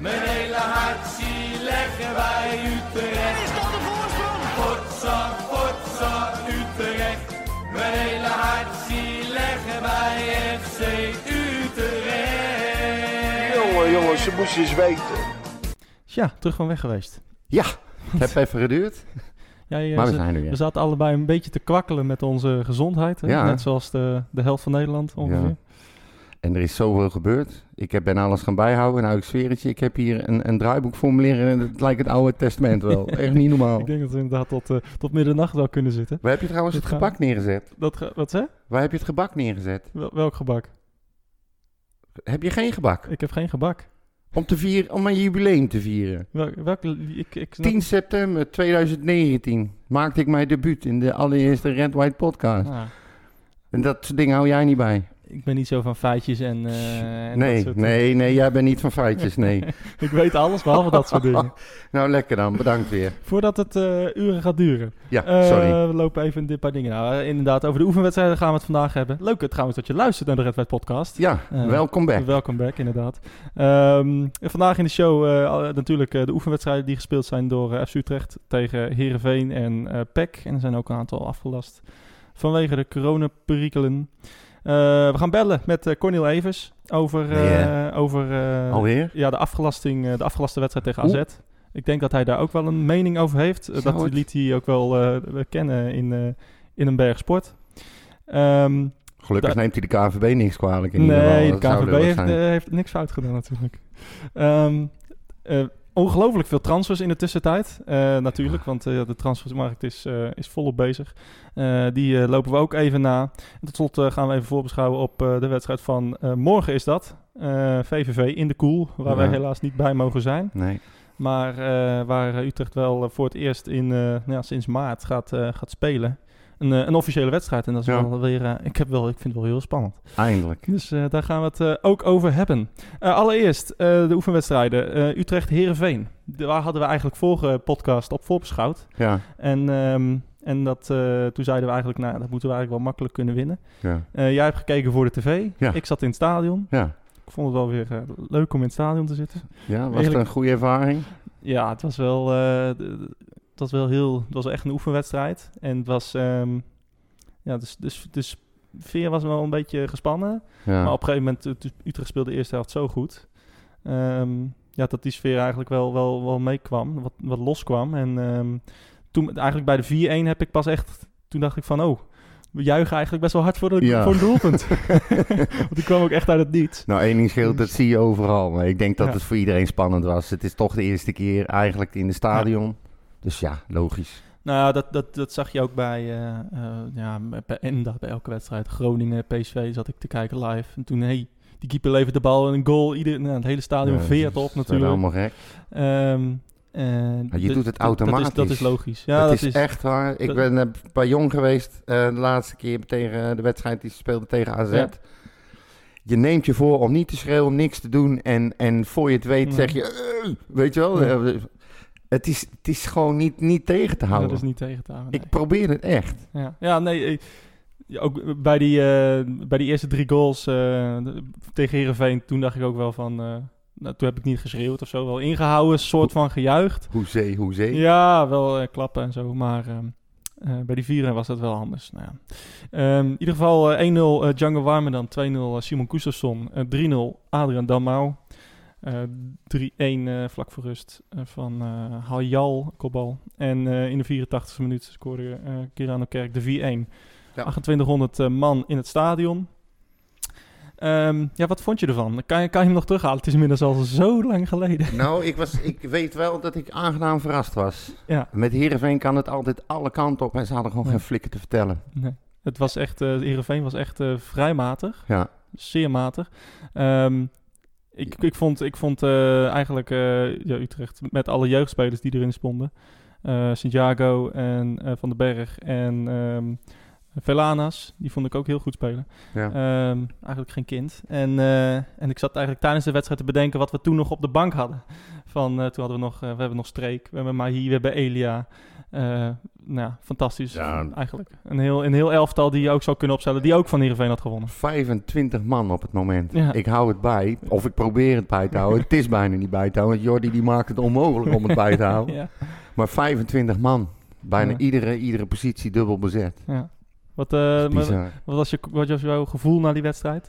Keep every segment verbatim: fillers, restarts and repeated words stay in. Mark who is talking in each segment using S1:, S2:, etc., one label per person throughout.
S1: Mijn hele hart zie leggen wij Utrecht.
S2: Is dat de voorsprong?
S1: Potsa, potsa, Utrecht. Mijn hele hart zie leggen wij F C Utrecht.
S3: Jongen, jongens, ze moesten eens weten.
S4: Ja, terug van weg geweest.
S5: Ja, het heeft even geduurd.
S4: Ja, ja,
S5: Maar we
S4: ze-
S5: zijn er weer.
S4: We zaten allebei een beetje te kwakkelen met onze gezondheid. Hè?
S5: Ja.
S4: Net zoals de, de helft van Nederland ongeveer.
S5: Ja. En er is zoveel gebeurd. Ik heb, ben alles gaan bijhouden. Nou, ik zweer het je. Ik heb hier een, een draaiboekformulier en het lijkt het Oude Testament wel. Echt niet normaal.
S4: Ik denk dat we inderdaad tot, uh, tot middernacht wel kunnen zitten.
S5: Waar heb je trouwens
S4: Dit
S5: het
S4: gaan-
S5: gebak neergezet?
S4: Dat ge- wat zei?
S5: Waar heb je het gebak neergezet?
S4: Wel, welk gebak?
S5: Heb je geen gebak?
S4: Ik heb geen gebak.
S5: Om, te vieren, om een jubileum te vieren.
S4: Welk, welk, ik, ik snap-
S5: tien september tweeduizend negentien maakte ik mijn debuut in de allereerste Red White podcast.
S4: Ah,
S5: En dat soort dingen hou jij niet bij.
S4: ik ben niet zo van feitjes en, uh, en dat
S5: Nee,
S4: soort
S5: nee, nee, jij bent niet van feitjes, nee.
S4: Ik weet alles behalve dat soort dingen.
S5: Nou, lekker dan. Bedankt weer.
S4: Voordat het uh, uren gaat duren.
S5: Ja,
S4: Uh,
S5: sorry.
S4: we lopen even dit paar dingen. Nou, uh, inderdaad, over de oefenwedstrijden gaan we het vandaag hebben. Leuk uh, trouwens dat je luistert naar de Red White podcast.
S5: Ja,
S4: Uh,
S5: welkom back.
S4: Welkom back, inderdaad. Um, vandaag in de show uh, natuurlijk uh, de oefenwedstrijden die gespeeld zijn door uh, F C Utrecht tegen Heerenveen en uh, P E C. En er zijn ook een aantal afgelast vanwege de coronaperikelen. Uh, we gaan bellen met uh, Cornel Evers over, uh,
S5: Yeah.
S4: over uh,
S5: Alweer?
S4: ja, de, afgelasting, uh, de afgelaste wedstrijd tegen A Z.
S5: Oeh.
S4: Ik denk dat hij daar ook wel een mening over heeft. Uh,
S5: Zou
S4: dat
S5: het?
S4: liet hij ook wel uh, kennen in, uh, in een berg sport. Um,
S5: Gelukkig
S4: Da-
S5: neemt hij de K N V B niks kwalijk in ieder geval.
S4: Nee, de
S5: Dat zou
S4: K N V B
S5: er wat
S4: heeft,
S5: zijn.
S4: uh, heeft niks fout gedaan natuurlijk. Um, uh, ongelooflijk veel transfers in de tussentijd. Uh, natuurlijk, want uh, de transfermarkt is, uh, is volop bezig. Uh, die uh, lopen we ook even na. En tot slot uh, gaan we even voorbeschouwen op uh, de wedstrijd van uh, morgen is dat. Uh, V V V in de Koel, waar
S5: Ja.
S4: wij helaas niet bij mogen zijn.
S5: Nee.
S4: Maar uh, waar Utrecht wel uh, voor het eerst in, uh, nou ja, sinds maart gaat, uh, gaat spelen. Een, uh, een officiële wedstrijd. En dat is
S5: Ja.
S4: wel weer, uh, ik, heb wel, ik vind het wel heel spannend.
S5: Eindelijk.
S4: Dus uh, daar gaan we het uh, ook over hebben. Uh, allereerst uh, de oefenwedstrijden. Uh, Utrecht-Heerenveen. De- Waar hadden we eigenlijk vorige podcast op voorbeschouwd.
S5: Ja,
S4: En, um, en dat, uh, toen zeiden we eigenlijk, nou, dat moeten we eigenlijk wel makkelijk kunnen winnen.
S5: ja,
S4: Uh, jij hebt gekeken voor de tv.
S5: Ja.
S4: Ik zat in het stadion.
S5: ja.
S4: Ik vond het wel weer uh, leuk om in het stadion te zitten.
S5: Ja, was het
S4: Eigenlijk-
S5: een goede ervaring?
S4: Ja, het was wel, uh, d- d- het was wel heel, het was wel echt een oefenwedstrijd. En het was, um, ja, dus, dus, dus de sfeer was wel een beetje gespannen.
S5: Ja.
S4: Maar op een gegeven moment, uh, toen Utrecht speelde de eerste helft zo goed. Um, ja, dat die sfeer eigenlijk wel, wel, wel meekwam, wat, wat loskwam. En um, toen, eigenlijk bij de vier-een heb ik pas echt, toen dacht ik van, oh, we juichen eigenlijk best wel hard voor, de,
S5: Ja.
S4: voor een doelpunt. Want die kwam ook echt uit het niets.
S5: Nou, één ding scheelt, dat zie je overal. Maar ik denk dat
S4: Ja.
S5: het voor iedereen spannend was. Het is toch de eerste keer eigenlijk in de stadion. Dus ja, logisch.
S4: Nou ja, dat, dat, dat zag je ook bij, uh, uh, ja, bij, inderdaad bij elke wedstrijd. Groningen, P S V zat ik te kijken live. En toen, hey, die keeper levert de bal en een goal. Ieder, nou, het hele stadion
S5: Ja,
S4: veert
S5: dat
S4: op
S5: is
S4: natuurlijk.
S5: allemaal gek.
S4: Um, en
S5: Maar je
S4: d-
S5: doet het
S4: d- dat is-
S5: automatisch.
S4: Dat is, logisch. Ja,
S5: het
S4: dat
S5: is,
S4: is
S5: echt waar. Ik
S4: dat-
S5: ben uh, bij Jong geweest uh, de laatste keer tegen de wedstrijd die ze speelden tegen A Z.
S4: Ja.
S5: Je neemt je voor om niet te schreeuwen, om niks te doen. En, en voor je het weet
S4: Ja.
S5: zeg je... Uh, weet je wel?
S4: Ja.
S5: Uh, het, is, het is gewoon niet, niet tegen te houden.
S4: Dat is niet tegen te houden. Nee.
S5: Ik probeer het echt.
S4: Ja, ja nee. eh, ja, ook bij die, uh, bij die eerste drie goals uh, de- tegen Heerenveen, toen dacht ik ook wel van... Uh, nou, toen heb ik niet geschreeuwd of zo. Wel ingehouden, soort van gejuicht.
S5: Hoezee, hoezee.
S4: Ja, wel uh, klappen en zo. Maar uh, uh, bij die vier was dat wel anders. Nou, ja. um, in ieder geval uh, één nul uh, Django Warmerdam, twee nul uh, Simon Gustafsson, uh, drie nul Adrian Dalmau. Uh, drie-een uh, vlak voor rust uh, van uh, Hayal, kopbal. En uh, in de vierentachtigste minuut scoorde uh, Kirano Kerk de vier-een.
S5: Ja.
S4: achtentwintighonderd uh, man in het stadion. Um, ja, wat vond je ervan? Kan je, kan je hem nog terughalen? Het is inmiddels al zo lang geleden.
S5: Nou, ik, was, ik weet wel dat ik aangenaam verrast was.
S4: Ja,
S5: Met Heerenveen kan het altijd alle kanten op en ze hadden gewoon
S4: Ja.
S5: geen flikker te vertellen.
S4: nee. Het was echt, uh, Heerenveen was echt uh, vrij matig.
S5: Ja,
S4: Zeer matig. Um, ik, ik vond, ik vond uh, eigenlijk uh, ja, Utrecht met alle jeugdspelers die erin stonden. Uh, Santiago en uh, Van den Berg en um, Velanas, die vond ik ook heel goed spelen.
S5: ja.
S4: Um, eigenlijk geen kind. En, uh, en ik zat eigenlijk tijdens de wedstrijd te bedenken wat we toen nog op de bank hadden. Van, uh, toen hadden we nog, uh, we hebben nog Streek, we hebben Mahi, we hebben Elia. Uh, nou ja, fantastisch
S5: Ja.
S4: eigenlijk. Een heel, een heel elftal die je ook zou kunnen opstellen, die ook van Heerenveen had gewonnen.
S5: vijfentwintig man op het moment.
S4: Ja.
S5: Ik hou het bij, of ik probeer het bij te houden. Het is bijna niet bij te houden, want Jordi die maakt het onmogelijk om het bij te houden.
S4: Ja.
S5: Maar vijfentwintig man, bijna
S4: Ja.
S5: iedere, iedere positie dubbel bezet.
S4: Ja. Wat, uh,
S5: Dat is
S4: maar,
S5: bizar.
S4: wat, was je, wat was jouw gevoel na die wedstrijd?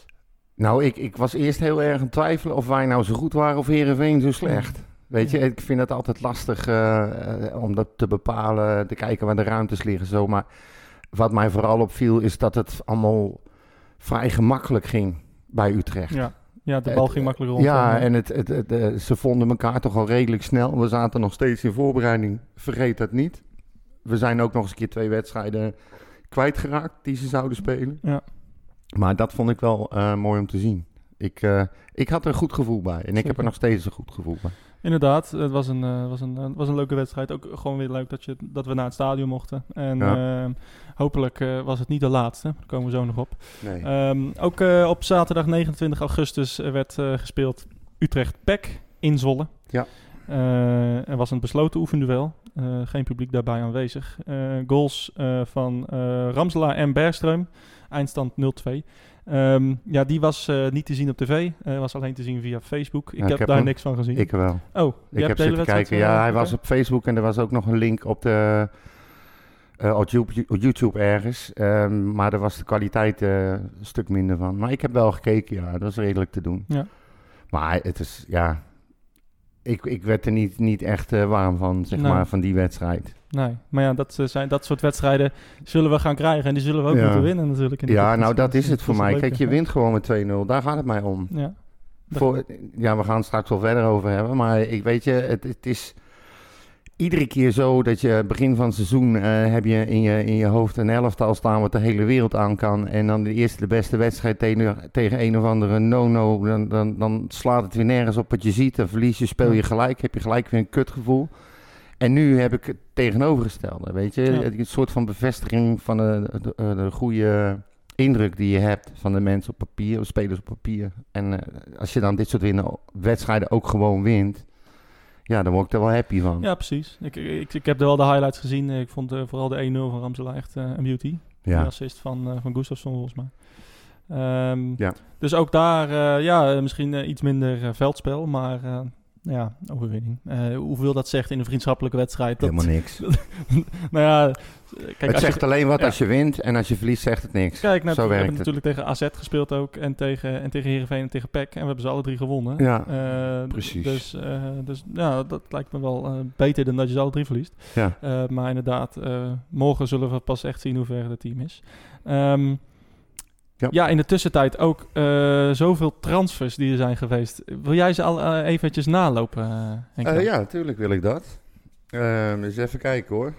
S5: Nou, ik, ik was eerst heel erg aan het twijfelen of wij nou zo goed waren of Heerenveen zo slecht. Weet je, ik vind het altijd lastig uh, uh, om dat te bepalen, te kijken waar de ruimtes liggen zo. Maar wat mij vooral opviel is dat het allemaal vrij gemakkelijk ging bij Utrecht.
S4: Ja, ja de bal
S5: Het,
S4: ging makkelijk rond.
S5: Ja, en het, het, het, uh, ze vonden elkaar toch al redelijk snel. We zaten nog steeds in voorbereiding, vergeet dat niet. We zijn ook nog eens een keer twee wedstrijden kwijtgeraakt die ze zouden spelen.
S4: Ja.
S5: Maar dat vond ik wel uh, mooi om te zien. Ik, uh, ik had er een goed gevoel bij. En ik
S4: Zeker.
S5: heb er nog steeds een goed gevoel bij.
S4: Inderdaad, het was een, uh, was, een, uh, was een leuke wedstrijd. Ook gewoon weer leuk dat, je, dat we naar het stadion mochten. En
S5: Ja.
S4: uh, hopelijk uh, was het niet de laatste. Daar komen we zo nog op.
S5: Nee.
S4: Um, ook uh, op zaterdag negenentwintig augustus uh, werd uh, gespeeld Utrecht-P E C in Zwolle.
S5: Ja.
S4: Uh, er was een besloten oefenduel. Uh, geen publiek daarbij aanwezig. Uh, goals uh, van uh, Ramselaar en Bergström. Eindstand nul twee. Um, ja, die was uh, niet te zien op tv. Uh, was alleen te zien via Facebook. Ik
S5: Ja,
S4: heb,
S5: ik heb
S4: daar
S5: hem.
S4: niks van gezien.
S5: Ik wel.
S4: Oh,
S5: Ik heb zitten kijken. Ja, hij was op Facebook en er was ook nog een link op de uh, op YouTube ergens. Um, maar daar was de kwaliteit uh, een stuk minder van. Maar ik heb wel gekeken, ja. Dat was redelijk te doen.
S4: Ja.
S5: Maar het is, ja... Ik, ik werd er niet, niet echt uh, warm van, zeg
S4: Nee.
S5: maar, van die wedstrijd.
S4: Nee, maar ja, dat, uh, zijn, dat soort wedstrijden zullen we gaan krijgen. En die zullen we ook
S5: Ja.
S4: moeten winnen natuurlijk. In de
S5: Ja,
S4: toekomst.
S5: nou dat is het
S4: dat
S5: voor mij.
S4: leuk,
S5: Kijk, je
S4: hè?
S5: wint gewoon met twee nul. Daar gaat het mij om.
S4: Ja.
S5: Voor, ja, we gaan het straks wel verder over hebben. Maar ik weet je, het, het is iedere keer zo dat je begin van het seizoen uh, heb je in, je in je hoofd een elftal staan wat de hele wereld aan kan. En dan de eerste de beste wedstrijd tegen, tegen een of andere no-no. Dan, dan, dan slaat het weer nergens op wat je ziet. Dan verlies je, speel je gelijk. Heb je gelijk weer een kutgevoel. En nu heb ik het tegenovergestelde, weet je.
S4: Ja.
S5: Een soort van bevestiging van de, de, de, de goede indruk die je hebt van de mensen op papier, de spelers op papier. En uh, als je dan dit soort winnen, wedstrijden ook gewoon wint, ja, dan word ik er wel happy van.
S4: Ja, precies. Ik, ik, ik heb er wel de highlights gezien. Ik vond uh, vooral de één nul van Ramselaar echt uh, een beauty.
S5: Ja.
S4: De assist van, uh, van Gustafsson volgens mij. Um,
S5: Ja.
S4: Dus ook daar, uh, ja, misschien uh, iets minder uh, veldspel, maar uh, ja, overwinning. Uh, hoeveel dat zegt in een vriendschappelijke wedstrijd. Dat,
S5: Helemaal niks.
S4: nou ja, kijk,
S5: Het
S4: als
S5: zegt
S4: je,
S5: alleen wat
S4: ja.
S5: als je wint en als je verliest zegt het niks.
S4: Kijk, nou,
S5: Zo
S4: we
S5: werkt
S4: hebben
S5: het.
S4: natuurlijk tegen A Z gespeeld ook en tegen, en tegen Heerenveen en tegen P E C. En we hebben ze alle drie gewonnen.
S5: Ja,
S4: Uh,
S5: precies.
S4: Dus, uh, dus ja, dat lijkt me wel uh, beter dan dat je ze alle drie verliest.
S5: Ja.
S4: Uh, maar inderdaad, uh, morgen zullen we pas echt zien hoe ver het team is. Um,
S5: Ja.
S4: ja, in de tussentijd ook uh, zoveel transfers die er zijn geweest. Wil jij ze al uh, eventjes nalopen, uh, Henk?
S5: Uh, ja, natuurlijk wil ik dat. Uh, eens even kijken hoor.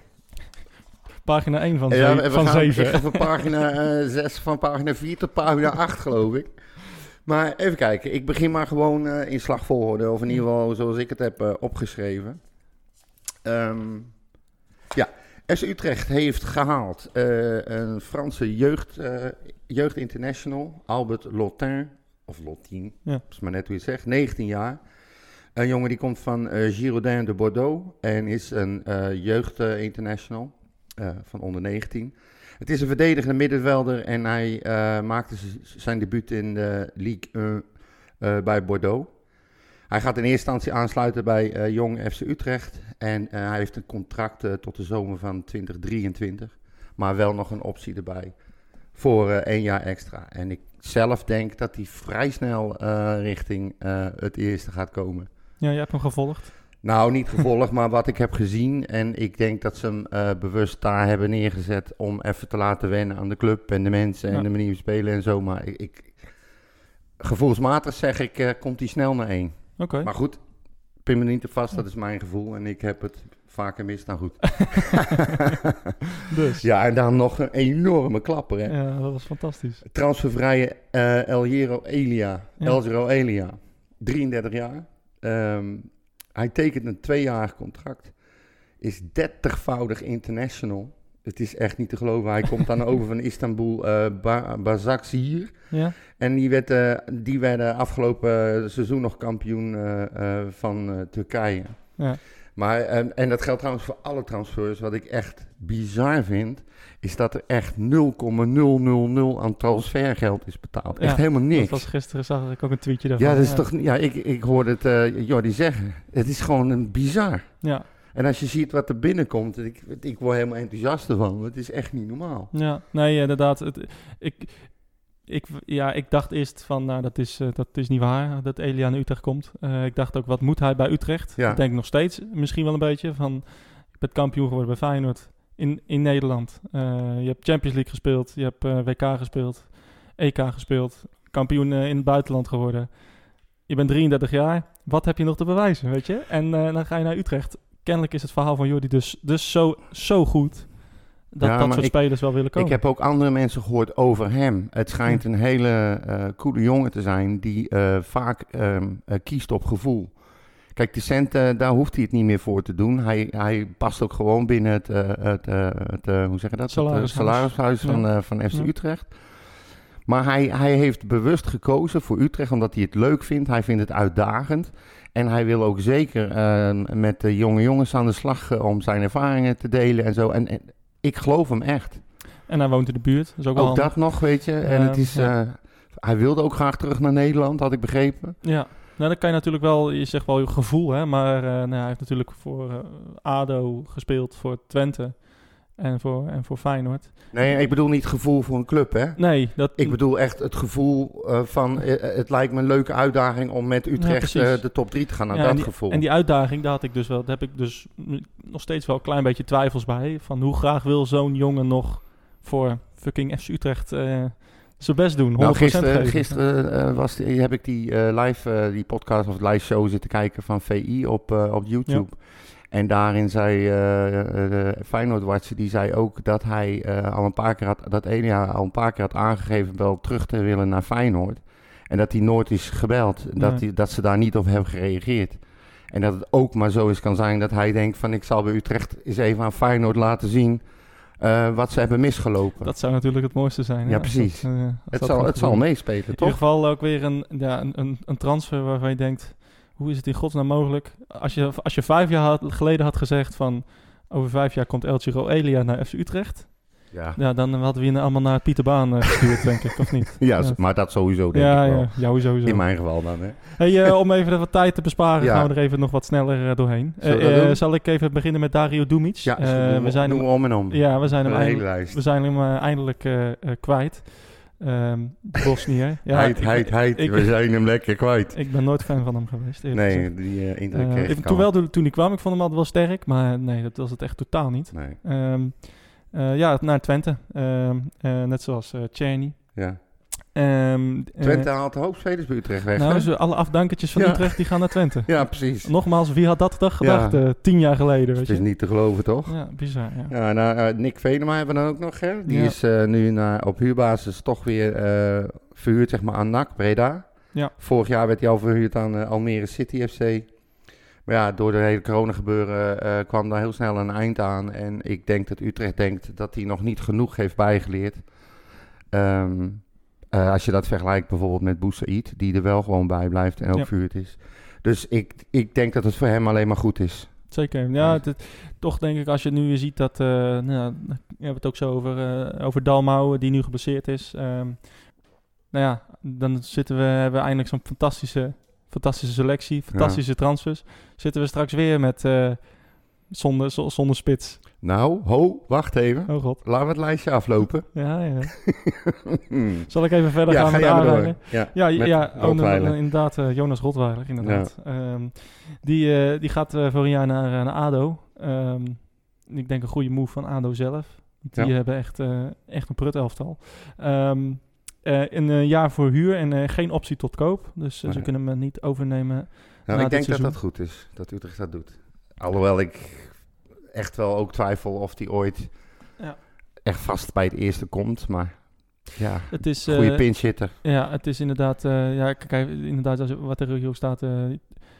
S4: Pagina één van,
S5: Ja,
S4: ze-
S5: we
S4: van
S5: gaan
S4: zeven.
S5: echt van pagina uh, zes, van pagina vier tot pagina acht geloof ik. Maar even kijken, ik begin maar gewoon uh, in slagvolgorde, of in ieder geval zoals ik het heb uh, opgeschreven. Um, ja, F C Utrecht heeft gehaald uh, een Franse jeugd, uh, jeugd international, Albert Lotin, of Lotin,
S4: Ja.
S5: dat is maar net hoe je het zegt, negentien jaar. Een jongen die komt van uh, Girondins de Bordeaux en is een uh, jeugd uh, international uh, van onder negentien. Het is een verdedigende middenvelder en hij uh, maakte z- zijn debuut in de Ligue één uh, bij Bordeaux. Hij gaat in eerste instantie aansluiten bij uh, Jong F C Utrecht en uh, hij heeft een contract uh, tot de zomer van twintig drieëntwintig, maar wel nog een optie erbij voor uh, één jaar extra. En ik zelf denk dat hij vrij snel uh, richting uh, het eerste gaat komen.
S4: Ja, jij hebt hem gevolgd.
S5: Nou, niet gevolgd, maar wat ik heb gezien. En ik denk dat ze hem uh, bewust daar hebben neergezet om even te laten wennen aan de club en de mensen en
S4: Ja.
S5: de manier van spelen en zo. Maar ik, ik, gevoelsmatig zeg ik, uh, komt hij snel naar één.
S4: Oké. Okay.
S5: Maar goed, pin me niet te vast, dat is mijn gevoel. En ik heb het vaker mis dan goed.
S4: Dus.
S5: Ja, en dan nog een enorme klapper, hè.
S4: Ja, dat was fantastisch.
S5: Transfervrije uh, El Hierro Elia.
S4: Ja.
S5: El Hierro Elia. drieëndertig jaar. Um, hij tekent een tweejarig contract. Is dertigvoudig international. Het is echt niet te geloven. Hij komt dan over van Istanbul, uh, ba- Başakşehir.
S4: Ja.
S5: En die, werd, uh, die werden afgelopen seizoen nog kampioen uh, uh, van uh, Turkije.
S4: Ja.
S5: Maar, en, en dat geldt trouwens voor alle transfers. Wat ik echt bizar vind, is dat er echt nul komma nul nul nul aan transfergeld is betaald. Echt
S4: Ja,
S5: helemaal niks.
S4: Dat was gisteren, zag ik ook een tweetje daarvan.
S5: Ja, dat is
S4: ja.
S5: toch, ja ik, ik hoorde het uh, Jordi zeggen. Het is gewoon een bizar.
S4: Ja.
S5: En als je ziet wat er binnenkomt, ik, ik word helemaal enthousiast ervan. Het is echt niet normaal.
S4: Ja, nee, inderdaad. Het, ik, ik, ja, ik dacht eerst van, nou, dat is, uh, dat is niet waar, dat Elia naar Utrecht komt. Uh, ik dacht ook, wat moet hij bij Utrecht?
S5: Ja.
S4: Dat denk ik nog steeds, misschien wel een beetje. Van, ik ben kampioen geworden bij Feyenoord in, in Nederland. Uh, je hebt Champions League gespeeld, je hebt uh, W K gespeeld, E K gespeeld, kampioen uh, in het buitenland geworden. Je bent drieëndertig jaar, wat heb je nog te bewijzen, weet je? En uh, dan ga je naar Utrecht. Kennelijk is het verhaal van Jordi dus, dus zo, zo goed dat
S5: Ja,
S4: dat
S5: maar
S4: soort
S5: ik-
S4: spelers wel willen komen.
S5: Ik heb ook andere mensen gehoord over hem. Het schijnt een hele eh coole jongen te zijn die eh, vaak ehm, eh, kiest op gevoel. Kijk, de centen, daar hoeft hij het niet meer voor te doen. Hij, hij past ook gewoon binnen het, eh, het, eh, het eh, hoe zeg je dat? Het, eh,
S4: Salarishuis.
S5: salarishuis van,
S4: Ja.
S5: eh, van F C
S4: Ja.
S5: Utrecht. Maar hij, hij heeft bewust gekozen voor Utrecht omdat hij het leuk vindt. Hij vindt het uitdagend. En hij wil ook zeker eh, met de jonge jongens aan de slag eh, om zijn ervaringen te delen en zo. En, en ik geloof hem echt.
S4: En hij woont in de buurt. Dat is ook wel
S5: Ook
S4: handig.
S5: dat nog, weet je. En het
S4: Ehm,
S5: is,
S4: ja.
S5: eh, hij wilde ook graag terug naar Nederland, had ik begrepen.
S4: Ja, nou dan kan je natuurlijk wel, je zegt wel je gevoel, hè, maar uh, nou, hij heeft natuurlijk voor uh, ADO gespeeld, voor Twente en voor, en voor Feyenoord.
S5: Nee, ik bedoel niet gevoel voor een club, hè.
S4: Nee, dat...
S5: Ik bedoel echt het gevoel uh, van, uh, het lijkt me een leuke uitdaging om met Utrecht
S4: Ja,
S5: uh,
S4: precies.
S5: de top drie te gaan. Nou,
S4: Ja,
S5: dat
S4: en die,
S5: gevoel.
S4: En die uitdaging, daar had ik dus wel, daar heb ik dus mm, nog steeds wel een klein beetje twijfels bij, van hoe graag wil zo'n jongen nog voor fucking F C Utrecht uh, zijn best doen,
S5: Nou,
S4: honderd procent
S5: gisteren
S4: geven.
S5: gisteren uh, was die, heb ik die uh, live, uh, die podcast of live show zitten kijken van V I op, uh, op YouTube. Ja. En daarin zei uh, de Feyenoord-watcher, die zei ook dat hij uh, al een paar keer had, dat Elia al een paar keer had aangegeven wel terug te willen naar Feyenoord. En dat hij nooit is gebeld, dat,
S4: Nee.
S5: die, dat ze daar niet op hebben gereageerd. En dat het ook maar zo is kan zijn dat hij denkt van ik zal bij Utrecht eens even aan Feyenoord laten zien uh, wat ze hebben misgelopen.
S4: Dat zou natuurlijk het mooiste zijn.
S5: Ja,
S4: hè,
S5: precies.
S4: Dat, uh,
S5: het zal, het zal meespelen,
S4: In
S5: toch?
S4: ieder geval ook weer een, ja, een, een, een transfer waarvan je denkt, hoe is het in godsnaam mogelijk? Als je, als je vijf jaar had, geleden had gezegd van, over vijf jaar komt El Giro Elia naar F C Utrecht.
S5: Ja.
S4: Ja, dan hadden we je allemaal naar Pieter Baan uh, gestuurd, denk ik, of niet?
S5: Ja, ja, maar dat sowieso, denk
S4: ja,
S5: ik wel.
S4: Ja, jou sowieso.
S5: In mijn geval dan, hè.
S4: Hey, uh, om even wat tijd te besparen,
S5: Ja.
S4: gaan we er even nog wat sneller uh, doorheen.
S5: Zullen we
S4: Uh,
S5: dat
S4: uh,
S5: doen?
S4: zal ik even beginnen met Dario Dumic?
S5: Ja,
S4: Uh,
S5: doen
S4: we zijn
S5: doen
S4: hem,
S5: we om en om.
S4: ja, we zijn hem,
S5: Een hele
S4: eindelijk,
S5: lijst.
S4: we zijn hem uh, eindelijk uh, uh, kwijt. Um, de Bosnier. Ja,
S5: heid,
S4: ik-
S5: heid, heid.
S4: ik-
S5: We zijn hem lekker kwijt.
S4: Ik ben nooit fan van hem geweest, eerlijk
S5: Nee,
S4: gezegd.
S5: die uh, indruk
S4: Uh,
S5: kreeg
S4: ik-
S5: ik
S4: toen
S5: al.
S4: wel, toen, toen hij kwam, ik vond hem altijd wel sterk, maar nee, dat was het echt totaal niet.
S5: Nee,
S4: Um, uh, ja, naar Twente. Um, uh, net zoals uh, Czerny.
S5: ja.
S4: Um, uh,
S5: Twente haalt de hoofdspelers bij Utrecht weg,
S4: Nou,
S5: hè?
S4: dus alle afdankertjes van
S5: Ja.
S4: Utrecht, die gaan naar Twente.
S5: Ja, precies.
S4: Nogmaals, wie had dat dag gedacht?
S5: Ja.
S4: Uh, tien jaar geleden, weet
S5: Het
S4: je?
S5: is niet te geloven, toch?
S4: Ja, bizar, ja.
S5: Ja, nou, uh, Nick Venema hebben we dan ook nog, hè? Die
S4: Ja.
S5: is uh, nu naar, op huurbasis toch weer uh, verhuurd, zeg maar, aan N A C Breda.
S4: Ja.
S5: Vorig jaar werd hij al verhuurd aan uh, Almere City F C. Maar ja, door de hele corona gebeuren uh, kwam daar heel snel een eind aan. En ik denk dat Utrecht denkt dat hij nog niet genoeg heeft bijgeleerd. Um, uh, als je dat vergelijkt bijvoorbeeld met Boussaïd, die er wel gewoon bij blijft en ook
S4: Ja.
S5: verhuurd is. Dus ik, ik denk dat het voor hem alleen maar goed is.
S4: Zeker. Ja, het, het- toch denk ik als je nu weer ziet dat... Uh, nou, ja, we hebben het ook zo over, uh, over Dalmau, die nu geblesseerd is. Um, nou ja, dan zitten we, hebben we eindelijk zo'n fantastische, fantastische selectie, fantastische transfers. Zitten we straks weer met uh, zonder, z- zonder spits.
S5: Nou, ho, wacht even.
S4: Oh god.
S5: Laten we het lijstje aflopen.
S4: Ja, ja.
S5: Hmm.
S4: Zal ik even verder
S5: Ja,
S4: gaan
S5: ga
S4: met
S5: jij maar door.
S4: aanraken?
S5: Ja,
S4: Ja,
S5: met
S4: ja oh,
S5: Rottweiler.
S4: dan- inderdaad, uh, Jonas Rotweiler, inderdaad. Um, die, uh, die gaat uh, voor een jaar naar, uh, naar ADO. Um, ik denk een goede move van ADO zelf. Die
S5: Ja.
S4: hebben echt, uh, echt een prut elftal. Um, uh, een uh, jaar voor huur en uh, geen optie tot koop. Dus uh, ze
S5: Nee.
S4: kunnen hem uh, niet overnemen.
S5: Nou,
S4: na
S5: ik
S4: dit
S5: denk dat
S4: seizoen.
S5: dat goed is, dat Utrecht dat doet. Alhoewel ik echt wel ook twijfel of die ooit
S4: Ja.
S5: echt vast bij het eerste komt. Maar ja,
S4: Het is,
S5: goede
S4: uh,
S5: pinch hitter.
S4: ja, het is inderdaad... Uh, ja, kijk, inderdaad, als, wat er hier ook staat... Uh,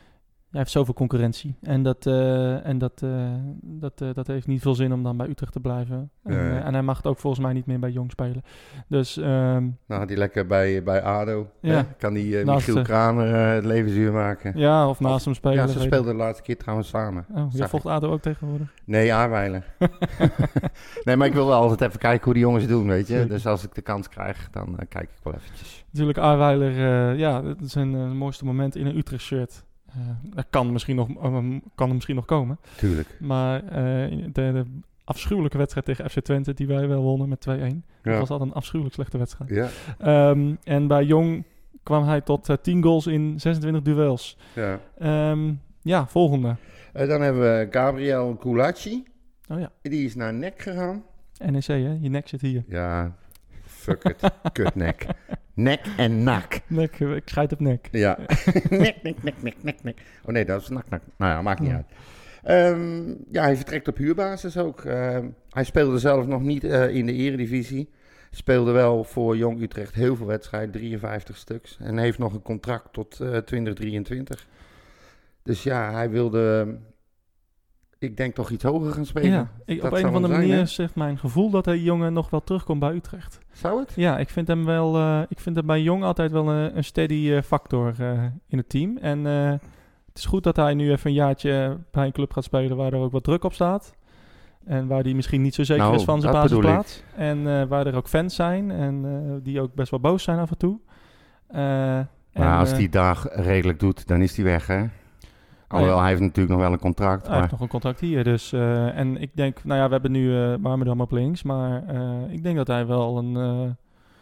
S4: hij heeft zoveel concurrentie. En dat, uh, en dat, uh, dat, uh, dat heeft niet veel zin om dan bij Utrecht te blijven. En,
S5: Nee.
S4: uh, en hij mag het ook volgens mij niet meer bij Jong spelen. Dus um,
S5: Nou, die lekker bij, bij A D O.
S4: Ja.
S5: Hè? Kan die uh,
S4: Naast,
S5: Michiel
S4: uh,
S5: Kramer uh, het leven zuur maken.
S4: ja, of naast hem spelen.
S5: Ja, ze
S4: weet ik.
S5: speelden de laatste keer trouwens samen.
S4: Oh, jij
S5: Zag
S4: volgt A D O ook tegenwoordig?
S5: Nee, Aarweiler. Nee, maar ik wil wel altijd even kijken hoe die jongens het doen, weet je.
S4: Zeker.
S5: Dus als ik de kans krijg, dan uh, kijk ik wel eventjes.
S4: Natuurlijk, Aarweiler, uh, ja, dat is een uh, mooiste moment in een Utrecht-shirt. Uh, dat kan misschien, nog, uh, kan er misschien nog komen.
S5: Tuurlijk.
S4: Maar uh, de, de afschuwelijke wedstrijd tegen F C Twente, die wij wel wonnen met twee-een.
S5: Ja.
S4: Dat was altijd een afschuwelijk slechte wedstrijd.
S5: Ja.
S4: Um, en bij Jong kwam hij tot uh, tien goals in zesentwintig duels.
S5: Ja.
S4: Um, ja, volgende.
S5: Uh, dan hebben we Gabriel Gulacsi.
S4: Oh ja,
S5: Die is naar N E C gegaan.
S4: N E C, hè? Je nek zit hier.
S5: Ja, fuck it. Kut N E C. N E C en N A C.
S4: Nek, ik scheid op nek.
S5: Ja. nek, nek, nek, nek, nek, nek. Oh nee, dat is nak, nak. Nou ja, maakt niet
S4: Ja.
S5: uit. Um, ja, hij vertrekt op huurbasis ook. Um, hij speelde zelf nog niet uh, in de eredivisie. Speelde wel voor Jong Utrecht heel veel wedstrijden, drieënvijftig stuks. En heeft nog een contract tot uh, twintig drieëntwintig. Dus ja, hij wilde, uh, ik denk toch iets hoger gaan spelen.
S4: Ja, ik, op
S5: Dat
S4: een of
S5: zou
S4: andere
S5: wel zijn,
S4: manier
S5: hè?
S4: zegt mijn gevoel dat hij jongen nog wel terugkomt bij Utrecht.
S5: Zou het?
S4: Ja, ik vind hem wel. Uh, ik vind hem bij Jong altijd wel een, een steady uh, factor uh, in het team. En uh, het is goed dat hij nu even een jaartje bij een club gaat spelen waar er ook wat druk op staat. En waar hij misschien niet zo zeker
S5: Nou,
S4: is van zijn
S5: dat bedoel
S4: basisplaats. En uh, waar er ook fans zijn en uh, die ook best wel boos zijn af en toe. Uh,
S5: Maar
S4: en,
S5: als
S4: uh,
S5: hij daar redelijk doet, dan is hij weg, hè? Alhoewel,
S4: ja.
S5: hij heeft natuurlijk nog wel een contract.
S4: Hij
S5: Maar...
S4: heeft nog een contract hier, dus... Uh, en ik denk... Nou ja, we hebben nu uh, Warmerdam op links, maar uh, ik denk dat hij wel een... Uh,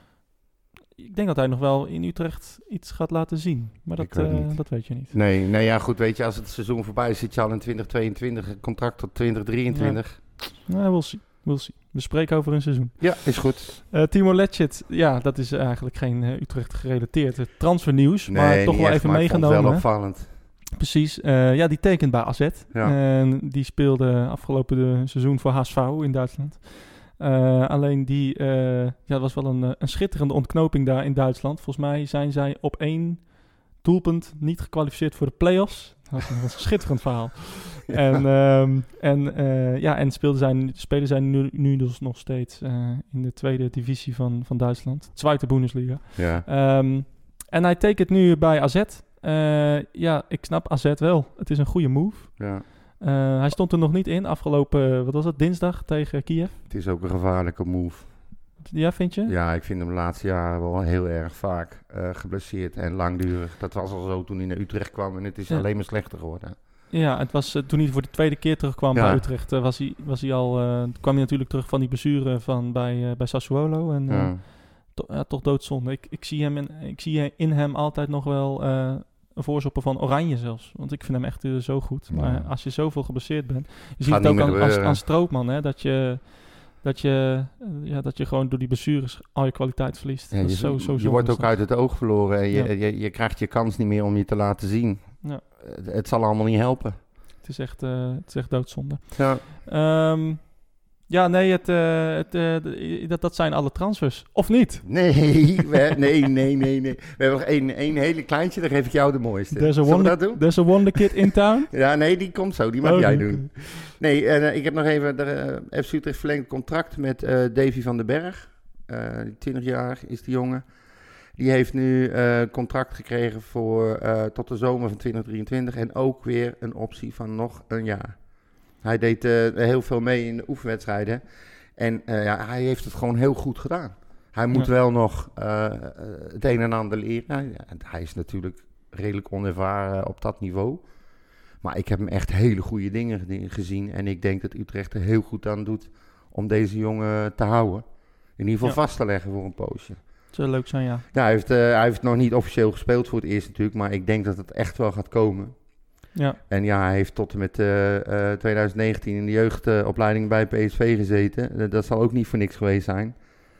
S4: ik denk dat hij nog wel in Utrecht iets gaat laten zien. Maar
S5: Ik
S4: dat,
S5: weet
S4: uh,
S5: niet.
S4: dat weet je niet.
S5: Nee, nee, ja goed, weet je, als het seizoen voorbij is, zit je al in twintig tweeëntwintig, een contract tot twintig drieëntwintig.
S4: Nou, we'll see. We'll see. We spreken over een seizoen.
S5: Ja, is goed.
S4: Uh, Timo Letchit, ja, dat is eigenlijk geen uh, Utrecht gerelateerd uh, transfernieuws,
S5: Nee,
S4: maar toch
S5: niet
S4: wel
S5: echt,
S4: even
S5: maar ik vond het
S4: meegenomen.
S5: wel
S4: hè?
S5: opvallend.
S4: Precies. Uh, ja, die tekent bij A Z.
S5: Ja.
S4: En die speelde afgelopen de seizoen voor H S V in Duitsland. Uh, alleen die, uh, ja, dat was wel een, een schitterende ontknoping daar in Duitsland. Volgens mij zijn zij op één doelpunt niet gekwalificeerd voor de play-offs. Dat was een, dat was een schitterend verhaal.
S5: Ja.
S4: En, um, en, uh, ja, en speelden zij, spelen zij nu, nu dus nog steeds uh, in de tweede divisie van, van Duitsland. Tweede Bundesliga.
S5: Ja.
S4: Um, en hij tekent nu bij A Z. Uh, ja, ik snap A Z wel. Het is een goede move.
S5: Ja.
S4: Uh, hij stond er nog niet in afgelopen, wat was het, dinsdag tegen Kiev.
S5: Het is ook een gevaarlijke move.
S4: Ja, vind je?
S5: Ja, ik vind hem de laatste jaren wel heel erg vaak uh, geblesseerd en langdurig. Dat was al zo toen hij naar Utrecht kwam en het is
S4: Ja.
S5: alleen maar slechter geworden.
S4: Ja, het was uh, toen hij voor de tweede keer terugkwam
S5: Ja.
S4: bij Utrecht, uh, was hij, was hij al, uh, kwam hij natuurlijk terug van die blessure van bij, uh, bij Sassuolo. En uh,
S5: Ja.
S4: to, ja, toch doodzonde. Ik, ik, zie hem in, ik zie in hem altijd nog wel uh, een voorzoppen van Oranje zelfs. Want ik vind hem echt uh, zo goed. Maar
S5: Ja.
S4: als je zoveel geblesseerd bent, je ziet
S5: Gaat
S4: het ook
S5: niet
S4: aan,
S5: meer
S4: aan,
S5: gebeuren.
S4: aan Strootman, hè, dat je... Dat je, uh, ja, dat je gewoon door die blessures al je kwaliteit verliest.
S5: Ja,
S4: dat
S5: je,
S4: is zo, zo
S5: je
S4: zonde
S5: wordt
S4: is
S5: ook
S4: dat.
S5: uit het oog verloren en je,
S4: Ja.
S5: je, je krijgt je kans niet meer om je te laten zien.
S4: Ja.
S5: Het, het zal allemaal niet helpen.
S4: Het is echt, uh, het is echt doodzonde.
S5: Ja.
S4: Um, ja, nee, het, uh, het, uh, de, dat, dat zijn alle transfers. Of niet?
S5: Nee, we, nee, nee, nee, nee. We hebben nog één, één hele kleintje, dan geef ik jou de mooiste.
S4: There's a,
S5: Zullen we
S4: wonder,
S5: dat doen?
S4: there's a wonder kid in town.
S5: Ja, nee, die komt zo. Die mag
S4: Oh,
S5: jij
S4: oké.
S5: doen. Nee, uh, ik heb nog even... De, uh, F C Utrecht verlengd contract met uh, Davy van den Berg. Uh, twintig jaar is die jongen. Die heeft nu uh, contract gekregen voor uh, tot de zomer van twintig drieëntwintig. En ook weer een optie van nog een jaar. Hij deed uh, heel veel mee in de oefenwedstrijden. En uh, ja, hij heeft het gewoon heel goed gedaan. Hij moet
S4: Ja.
S5: wel nog uh, het een en ander leren. Nou, ja, hij is natuurlijk redelijk onervaren op dat niveau. Maar ik heb hem echt hele goede dingen gezien. En ik denk dat Utrecht er heel goed aan doet om deze jongen te houden. In ieder geval
S4: Ja.
S5: vast te leggen voor een poosje.
S4: Het zou leuk zijn, ja.
S5: Ja, hij, heeft, uh, hij heeft nog niet officieel gespeeld voor het eerst natuurlijk. Maar ik denk dat het echt wel gaat komen.
S4: Ja,
S5: En ja, hij heeft tot en met uh, uh, twintig negentien in de jeugdopleiding bij P S V gezeten. Uh, dat zal ook niet voor niks geweest zijn.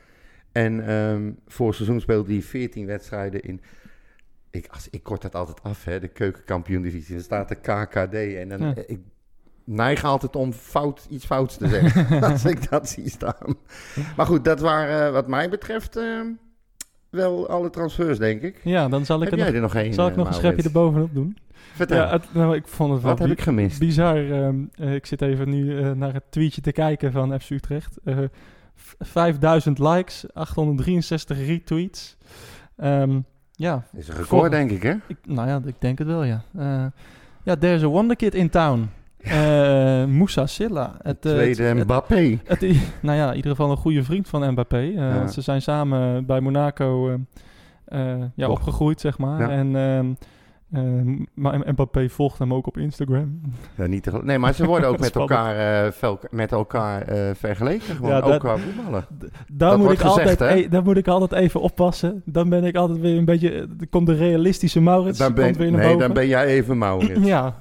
S5: En um, voor seizoen speelde hij veertien wedstrijden in... Ik, als, ik kort dat altijd af, hè, de keukenkampioen-divisie. Dan staat de K K D. En dan,
S4: Ja.
S5: uh, ik neig altijd om fout, iets fouts te zeggen als ik dat zie staan. Maar goed, dat waren uh, wat mij betreft uh, wel alle transfers, denk ik.
S4: ja dan zal ik,
S5: Heb
S4: er
S5: jij
S4: nog,
S5: er nog één?
S4: zal ik
S5: uh,
S4: nog een
S5: Maurits?
S4: schepje erbovenop doen.
S5: Vertel,
S4: Ja, het, nou, ik vond het wel
S5: wat heb
S4: bi-
S5: ik gemist?
S4: bizar. Um, uh, ik zit even nu uh, naar het tweetje te kijken van F C Utrecht. Uh, v- vijfduizend likes, achthonderddrieënzestig retweets. Um, ja,
S5: Dat is een record,
S4: Vol-
S5: denk ik, hè?
S4: ik, nou ja, ik denk het wel, ja. Uh, ja, there's a wonder kid in town. Uh, Moussa Silla. Het, uh,
S5: Tweede
S4: het,
S5: Mbappé.
S4: het, het, nou ja, in ieder geval een goede vriend van Mbappé. Uh,
S5: Ja.
S4: Ze zijn samen bij Monaco uh, uh, ja,
S5: Toch.
S4: opgegroeid, zeg maar.
S5: Ja.
S4: En um, uh, maar Mbappé volgt hem ook op Instagram.
S5: Ja, niet te gel- nee, maar ze worden ook met
S4: Spannend.
S5: elkaar, uh, vel- met elkaar uh, vergeleken. Gewoon,
S4: Ja,
S5: ook
S4: dat-
S5: qua voetballen.
S4: D- daar,
S5: Dat
S4: moet
S5: wordt
S4: ik
S5: gezegd,
S4: altijd,
S5: hè?
S4: e- daar moet ik altijd even oppassen. Dan ben ik altijd weer een beetje... Er komt de realistische Maurits
S5: Dan ben,
S4: komt weer naar
S5: nee,
S4: boven.
S5: dan ben jij even Maurits.
S4: Ja.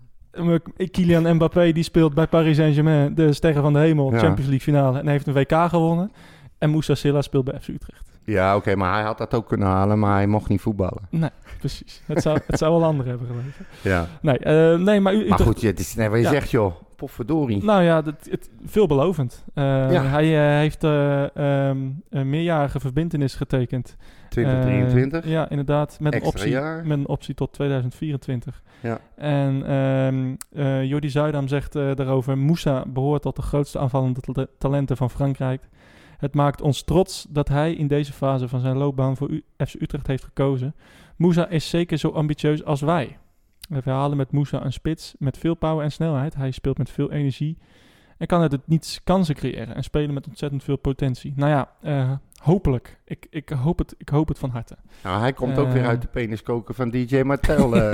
S4: Kylian Mbappé die speelt bij Paris Saint-Germain de Sterren van de Hemel,
S5: Ja.
S4: Champions League finale en heeft een W K gewonnen. En Moussa Silla speelt bij F C Utrecht.
S5: Ja, oké, maar hij had dat ook kunnen halen, maar hij mocht niet voetballen.
S4: Nee, precies. Het zou, het zou wel anderen hebben gelegen.
S5: Ja.
S4: Nee, uh, nee maar, u,
S5: Maar
S4: Utrecht-
S5: goed, het is net wat je
S4: Ja.
S5: zegt, joh. Potverdorie.
S4: Nou ja, dat, het, veelbelovend. Uh,
S5: Ja.
S4: Hij uh, heeft uh, um, een meerjarige verbintenis getekend.
S5: twintig drieëntwintig.
S4: Uh, ja, inderdaad. Met een,
S5: Extra
S4: optie,
S5: jaar.
S4: met een optie tot tweeduizend vierentwintig.
S5: Ja.
S4: En um, uh, Jordi Zuidam zegt uh, daarover... Moussa behoort tot de grootste aanvallende ta- talenten van Frankrijk. Het maakt ons trots dat hij in deze fase van zijn loopbaan voor U- F C Utrecht heeft gekozen. Moussa is zeker zo ambitieus als wij. We halen met Moussa een spits met veel power en snelheid. Hij speelt met veel energie en kan uit het niets kansen creëren en spelen met ontzettend veel potentie. Nou ja, uh, hopelijk. Ik, ik, hoop het, ik hoop het van harte.
S5: Nou, hij komt ook
S4: Eh.
S5: weer uit de peniskoker van D J Martel. uh.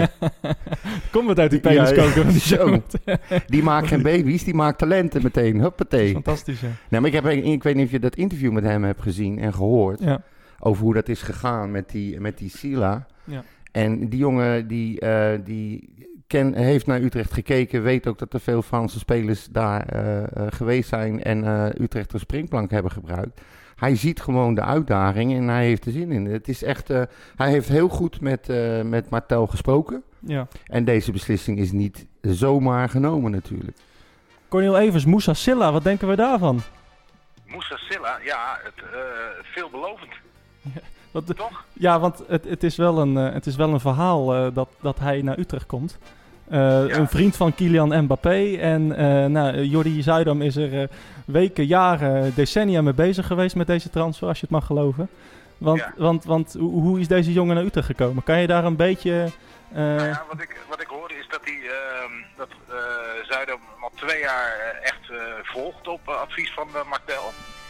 S4: Komt het uit die
S5: Ja,
S4: peniskoker van die
S5: zo.
S4: show?
S5: Die maakt geen baby's, die maakt talenten meteen. Huppatee.
S4: Fantastisch, ja.
S5: Nee, maar ik, heb, ik weet niet of je dat interview met hem hebt gezien en gehoord.
S4: Ja,
S5: Over hoe dat is gegaan met die, met die Sila.
S4: ja.
S5: En die jongen die, uh, die ken, heeft naar Utrecht gekeken, weet ook dat er veel Franse spelers daar uh, uh, geweest zijn en uh, Utrecht als springplank hebben gebruikt. Hij ziet gewoon de uitdaging en hij heeft er zin in. Het is echt, uh, hij heeft heel goed met, uh, met Martel gesproken.
S4: ja.
S5: En deze beslissing is niet zomaar genomen natuurlijk.
S4: Cornel Evers, Moussa Silla, wat denken we daarvan?
S2: Moussa Silla, ja, het, uh, veelbelovend.
S4: Wat de-
S2: Toch?
S4: Ja, want het, het, is wel een, uh, het is wel een verhaal uh, dat, dat hij naar Utrecht komt. Uh,
S2: Ja.
S4: Een vriend van Kylian Mbappé. En uh, nou, Jordi Zuidam is er uh, weken, jaren, decennia mee bezig geweest met deze transfer, als je het mag geloven. Want,
S2: Ja.
S4: want, want hoe, hoe is deze jongen naar Utrecht gekomen? Kan je daar een beetje... Uh,
S2: Nou ja, wat ik, wat ik hoorde is dat hij uh, dat uh, Zuidam al twee jaar uh, echt uh, volgt op uh, advies van uh, Martel.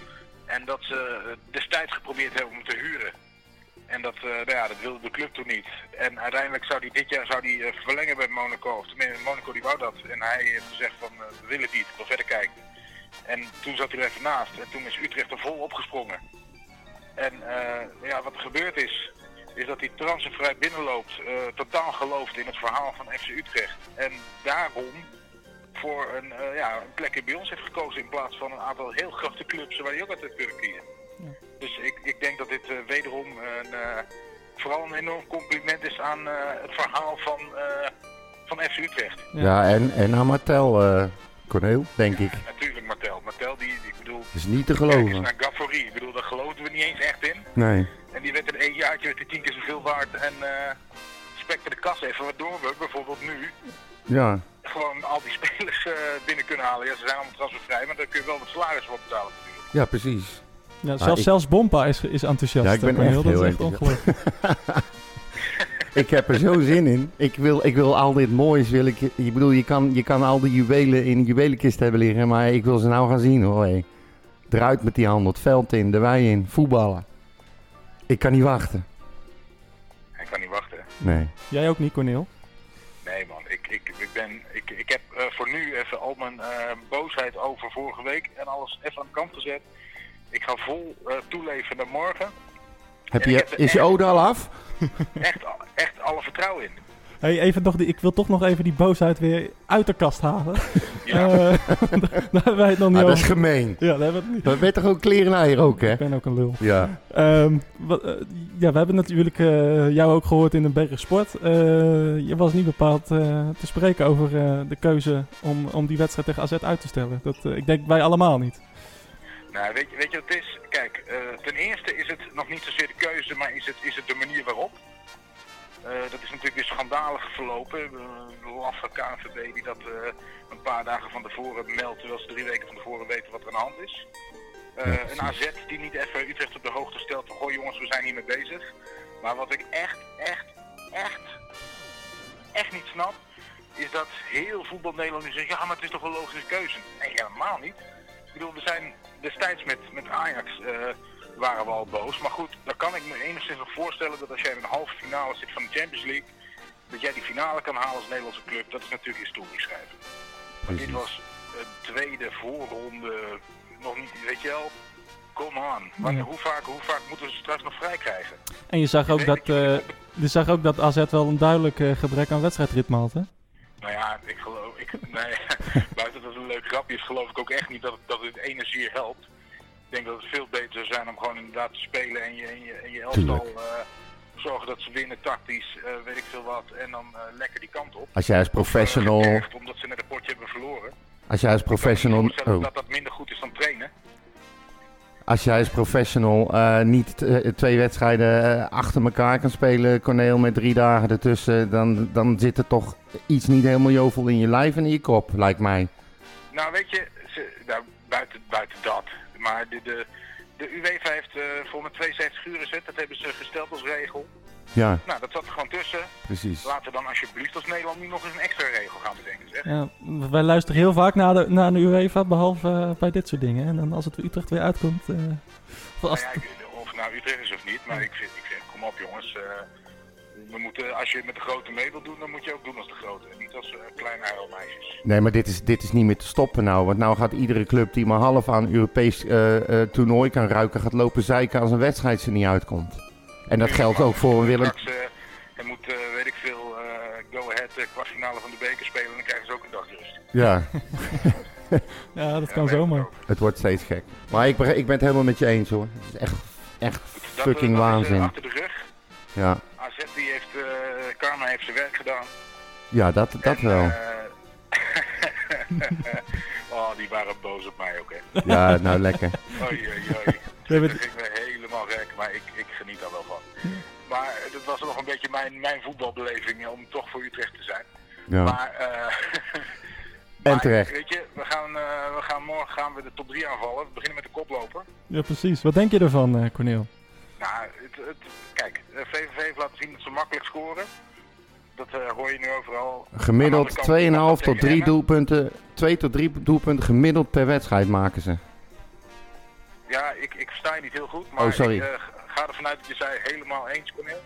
S2: En dat ze uh, destijds geprobeerd hebben om te huren. En dat, uh, nou ja, dat wilde de club toen niet. En uiteindelijk zou hij dit jaar zou die, uh, verlengen bij Monaco. Of tenminste, Monaco die wou dat. En hij heeft gezegd van, uh, we willen het niet, we verder kijken. En toen zat hij er even naast. En toen is Utrecht er vol opgesprongen. En uh, ja, wat er gebeurd is, is dat hij transfervrij binnenloopt. Uh, totaal gelooft in het verhaal van F C Utrecht. En daarom voor een, uh, ja, een plekje bij ons heeft gekozen in plaats van een aantal heel grote clubs waar hij ook uit kunnen kiezen.
S4: Ja.
S2: Dus ik, ik denk dat dit uh, wederom een, uh, vooral een enorm compliment is aan uh, het verhaal van, uh, van F C Utrecht.
S4: Ja.
S5: Ja, en, en aan Martel, uh, Corneel, denk ik.
S2: Natuurlijk Martel. Martel die, die ik bedoel,
S5: Is niet te
S2: kijk eens
S5: geloven.
S2: naar Gaffori. Ik bedoel, daar geloofden we niet eens echt in.
S5: Nee.
S2: En die werd in één jaartje werd die tien keer zoveel waard en uh, spekte de kas even, waardoor we bijvoorbeeld nu
S5: Ja.
S2: gewoon al die spelers uh, binnen kunnen halen. Ja, ze zijn allemaal transfervrij, maar daar kun je wel wat salaris voor betalen natuurlijk.
S5: Ja, precies.
S4: ja, zelfs,
S5: ik-
S4: zelfs Bompa is, is enthousiast.
S5: Ja, ik ben
S4: Cornel.
S5: echt
S4: Dat is
S5: heel
S4: echt ongelooflijk.
S5: Ik heb er zo zin in. Ik wil, ik wil al dit moois. Wil ik, ik bedoel, je kan, je kan al die juwelen in een juwelenkist hebben liggen. Maar ik wil ze nou gaan zien hoor. Hé. Eruit met die handel. Het veld in, de wei in. Voetballen. Ik kan niet wachten.
S2: Ik kan niet wachten.
S5: Nee.
S4: Jij ook niet, Cornel?
S2: Nee man, ik, ik, ik, ben, ik, ik heb uh, voor nu even al mijn uh, boosheid over vorige week en alles even aan de kant gezet. Ik ga vol uh, toeleven naar morgen.
S5: Heb
S2: En ik
S5: je,
S2: heb er
S5: is je
S2: echt-
S5: ode al af?
S2: Echt, echt alle vertrouwen in.
S4: Hey, even nog die, ik wil toch nog even die boosheid weer uit de kast halen.
S2: Ja.
S4: Uh, daar hebben wij het nog niet
S5: Ah, dat
S4: over.
S5: is gemeen.
S4: Ja, daar hebben we het niet.
S5: Dat ben je toch ook klerenleier ook, hè?
S4: Ik ben ook een lul.
S5: Ja.
S4: Um, wat, uh, ja, we hebben natuurlijk uh, jou ook gehoord in de Berg Sport. Uh, je was niet bepaald uh, te spreken over uh, de keuze om, om die wedstrijd tegen A Z uit te stellen. Dat, uh, ik denk wij allemaal niet.
S2: Nou, weet je, weet je wat het is? Kijk, uh, ten eerste is het nog niet zozeer de keuze, maar is het, is het de manier waarop. Uh, dat is natuurlijk weer schandalig verlopen. Uh, de laffe K N V B die dat uh, een paar dagen van tevoren meldt, terwijl ze drie weken van tevoren weten wat er aan de hand is. Uh, ja, een A Z die niet even Utrecht op de hoogte stelt van, goh jongens, we zijn hiermee bezig. Maar wat ik echt, echt, echt, echt niet snap, is dat heel voetbal Nederland nu zegt, ja maar het is toch een logische keuze. Nee, helemaal niet. Ik bedoel, we zijn destijds met, met Ajax... Uh, waren we al boos. Maar goed, dan kan ik me enigszins nog voorstellen dat als jij in de halve finale zit van de Champions League, dat jij die finale kan halen als Nederlandse club, dat is natuurlijk historisch schrijven. Maar dit was een tweede voorronde, nog niet, weet je wel, come on. Maar ja. hoe, vaak, hoe vaak moeten we ze straks nog vrij krijgen?
S4: En je zag ook, dat, uh, je zag ook dat A Z wel een duidelijk uh, gebrek aan wedstrijdritme had, hè?
S2: Nou ja, ik geloof, ik, nee, buiten dat het een leuk grapje is, geloof ik ook echt niet dat het, dat het energie helpt. Ik denk dat het veel beter zou zijn om gewoon inderdaad te spelen en je, en je, en je elftal uh, zorgen dat ze winnen tactisch, uh, weet ik veel wat, en dan uh, lekker die kant op.
S5: Als jij als professional...
S2: Of, uh, geërgd, omdat ze net een potje hebben verloren.
S5: Als jij als professional...
S2: Ik kan me oh. dat dat minder goed is dan trainen.
S5: Als jij als professional uh, niet uh, twee wedstrijden uh, achter elkaar kan spelen, Corneel, met drie dagen ertussen, dan, dan zit er toch iets niet helemaal jovel in je lijf en in je kop, lijkt mij.
S2: Nou weet je, ze, nou, buiten, buiten dat... Maar de, de, de UEFA heeft uh, voor me tweeënzeventig uur gezet, dat hebben ze gesteld als regel.
S5: Ja.
S2: Nou, dat zat er gewoon tussen.
S5: Precies.
S2: Laten we dan alsjeblieft als Nederland nu nog eens een extra regel gaan bedenken, zeg.
S4: Ja, wij luisteren heel vaak naar de, naar de UEFA, behalve uh, bij dit soort dingen. En dan als het voor Utrecht weer uitkomt... Uh,
S2: nou ja, ik, of het nou Utrecht is of niet, maar ik vind, ik vind kom op jongens... Uh, we moeten, als je met de grote mee wilt doen, dan moet je ook doen als de grote. En niet als uh, kleine huilmeisjes.
S5: Nee, maar dit is, dit is niet meer te stoppen nou. Want nou gaat iedere club die maar half aan een Europees uh, uh, toernooi kan ruiken, gaat lopen zeiken als een wedstrijd er niet uitkomt. En dat geldt ook voor een Willem...
S2: Straks, uh, er moet, uh, weet ik veel, uh, Go Ahead uh, kwartfinale van de beker spelen en dan krijgen ze ook een dag rust.
S5: Ja.
S4: Ja, dat kan ja, zomaar.
S5: Het wordt steeds gek. Maar ik, ik ben het helemaal met je eens hoor. Het is echt, echt
S2: dat,
S5: fucking
S2: dat
S5: waanzin.
S2: Is, uh, achter de rug.
S5: Ja.
S2: A Z die heeft, uh, Karma heeft zijn werk gedaan.
S5: Ja, dat, dat en, wel. Uh,
S2: oh, die waren boos op mij ook, hè.
S5: Ja, nou lekker.
S2: Oei, oei, oei. Dat ging me helemaal gek, maar ik, ik geniet daar wel van. Maar dat was nog een beetje mijn, mijn voetbalbeleving om toch voor Utrecht te zijn.
S5: Ja.
S2: Maar, uh,
S5: en
S2: maar,
S5: terecht.
S2: Weet je, we gaan, uh, we gaan morgen gaan we de top drie aanvallen. We beginnen met de koploper.
S4: Ja, precies. Wat denk je ervan, uh, Corneel?
S2: Nou, het, het, kijk, V V V heeft laten zien dat ze makkelijk scoren. Dat uh, hoor je nu overal.
S5: Gemiddeld twee komma vijf tot drie doelpunten, twee tot drie doelpunten gemiddeld per wedstrijd maken ze.
S2: Ja, ik, ik versta je niet heel goed, maar
S5: oh, sorry.
S2: ik uh, ga ervan uit dat je zei helemaal eens, Corneel.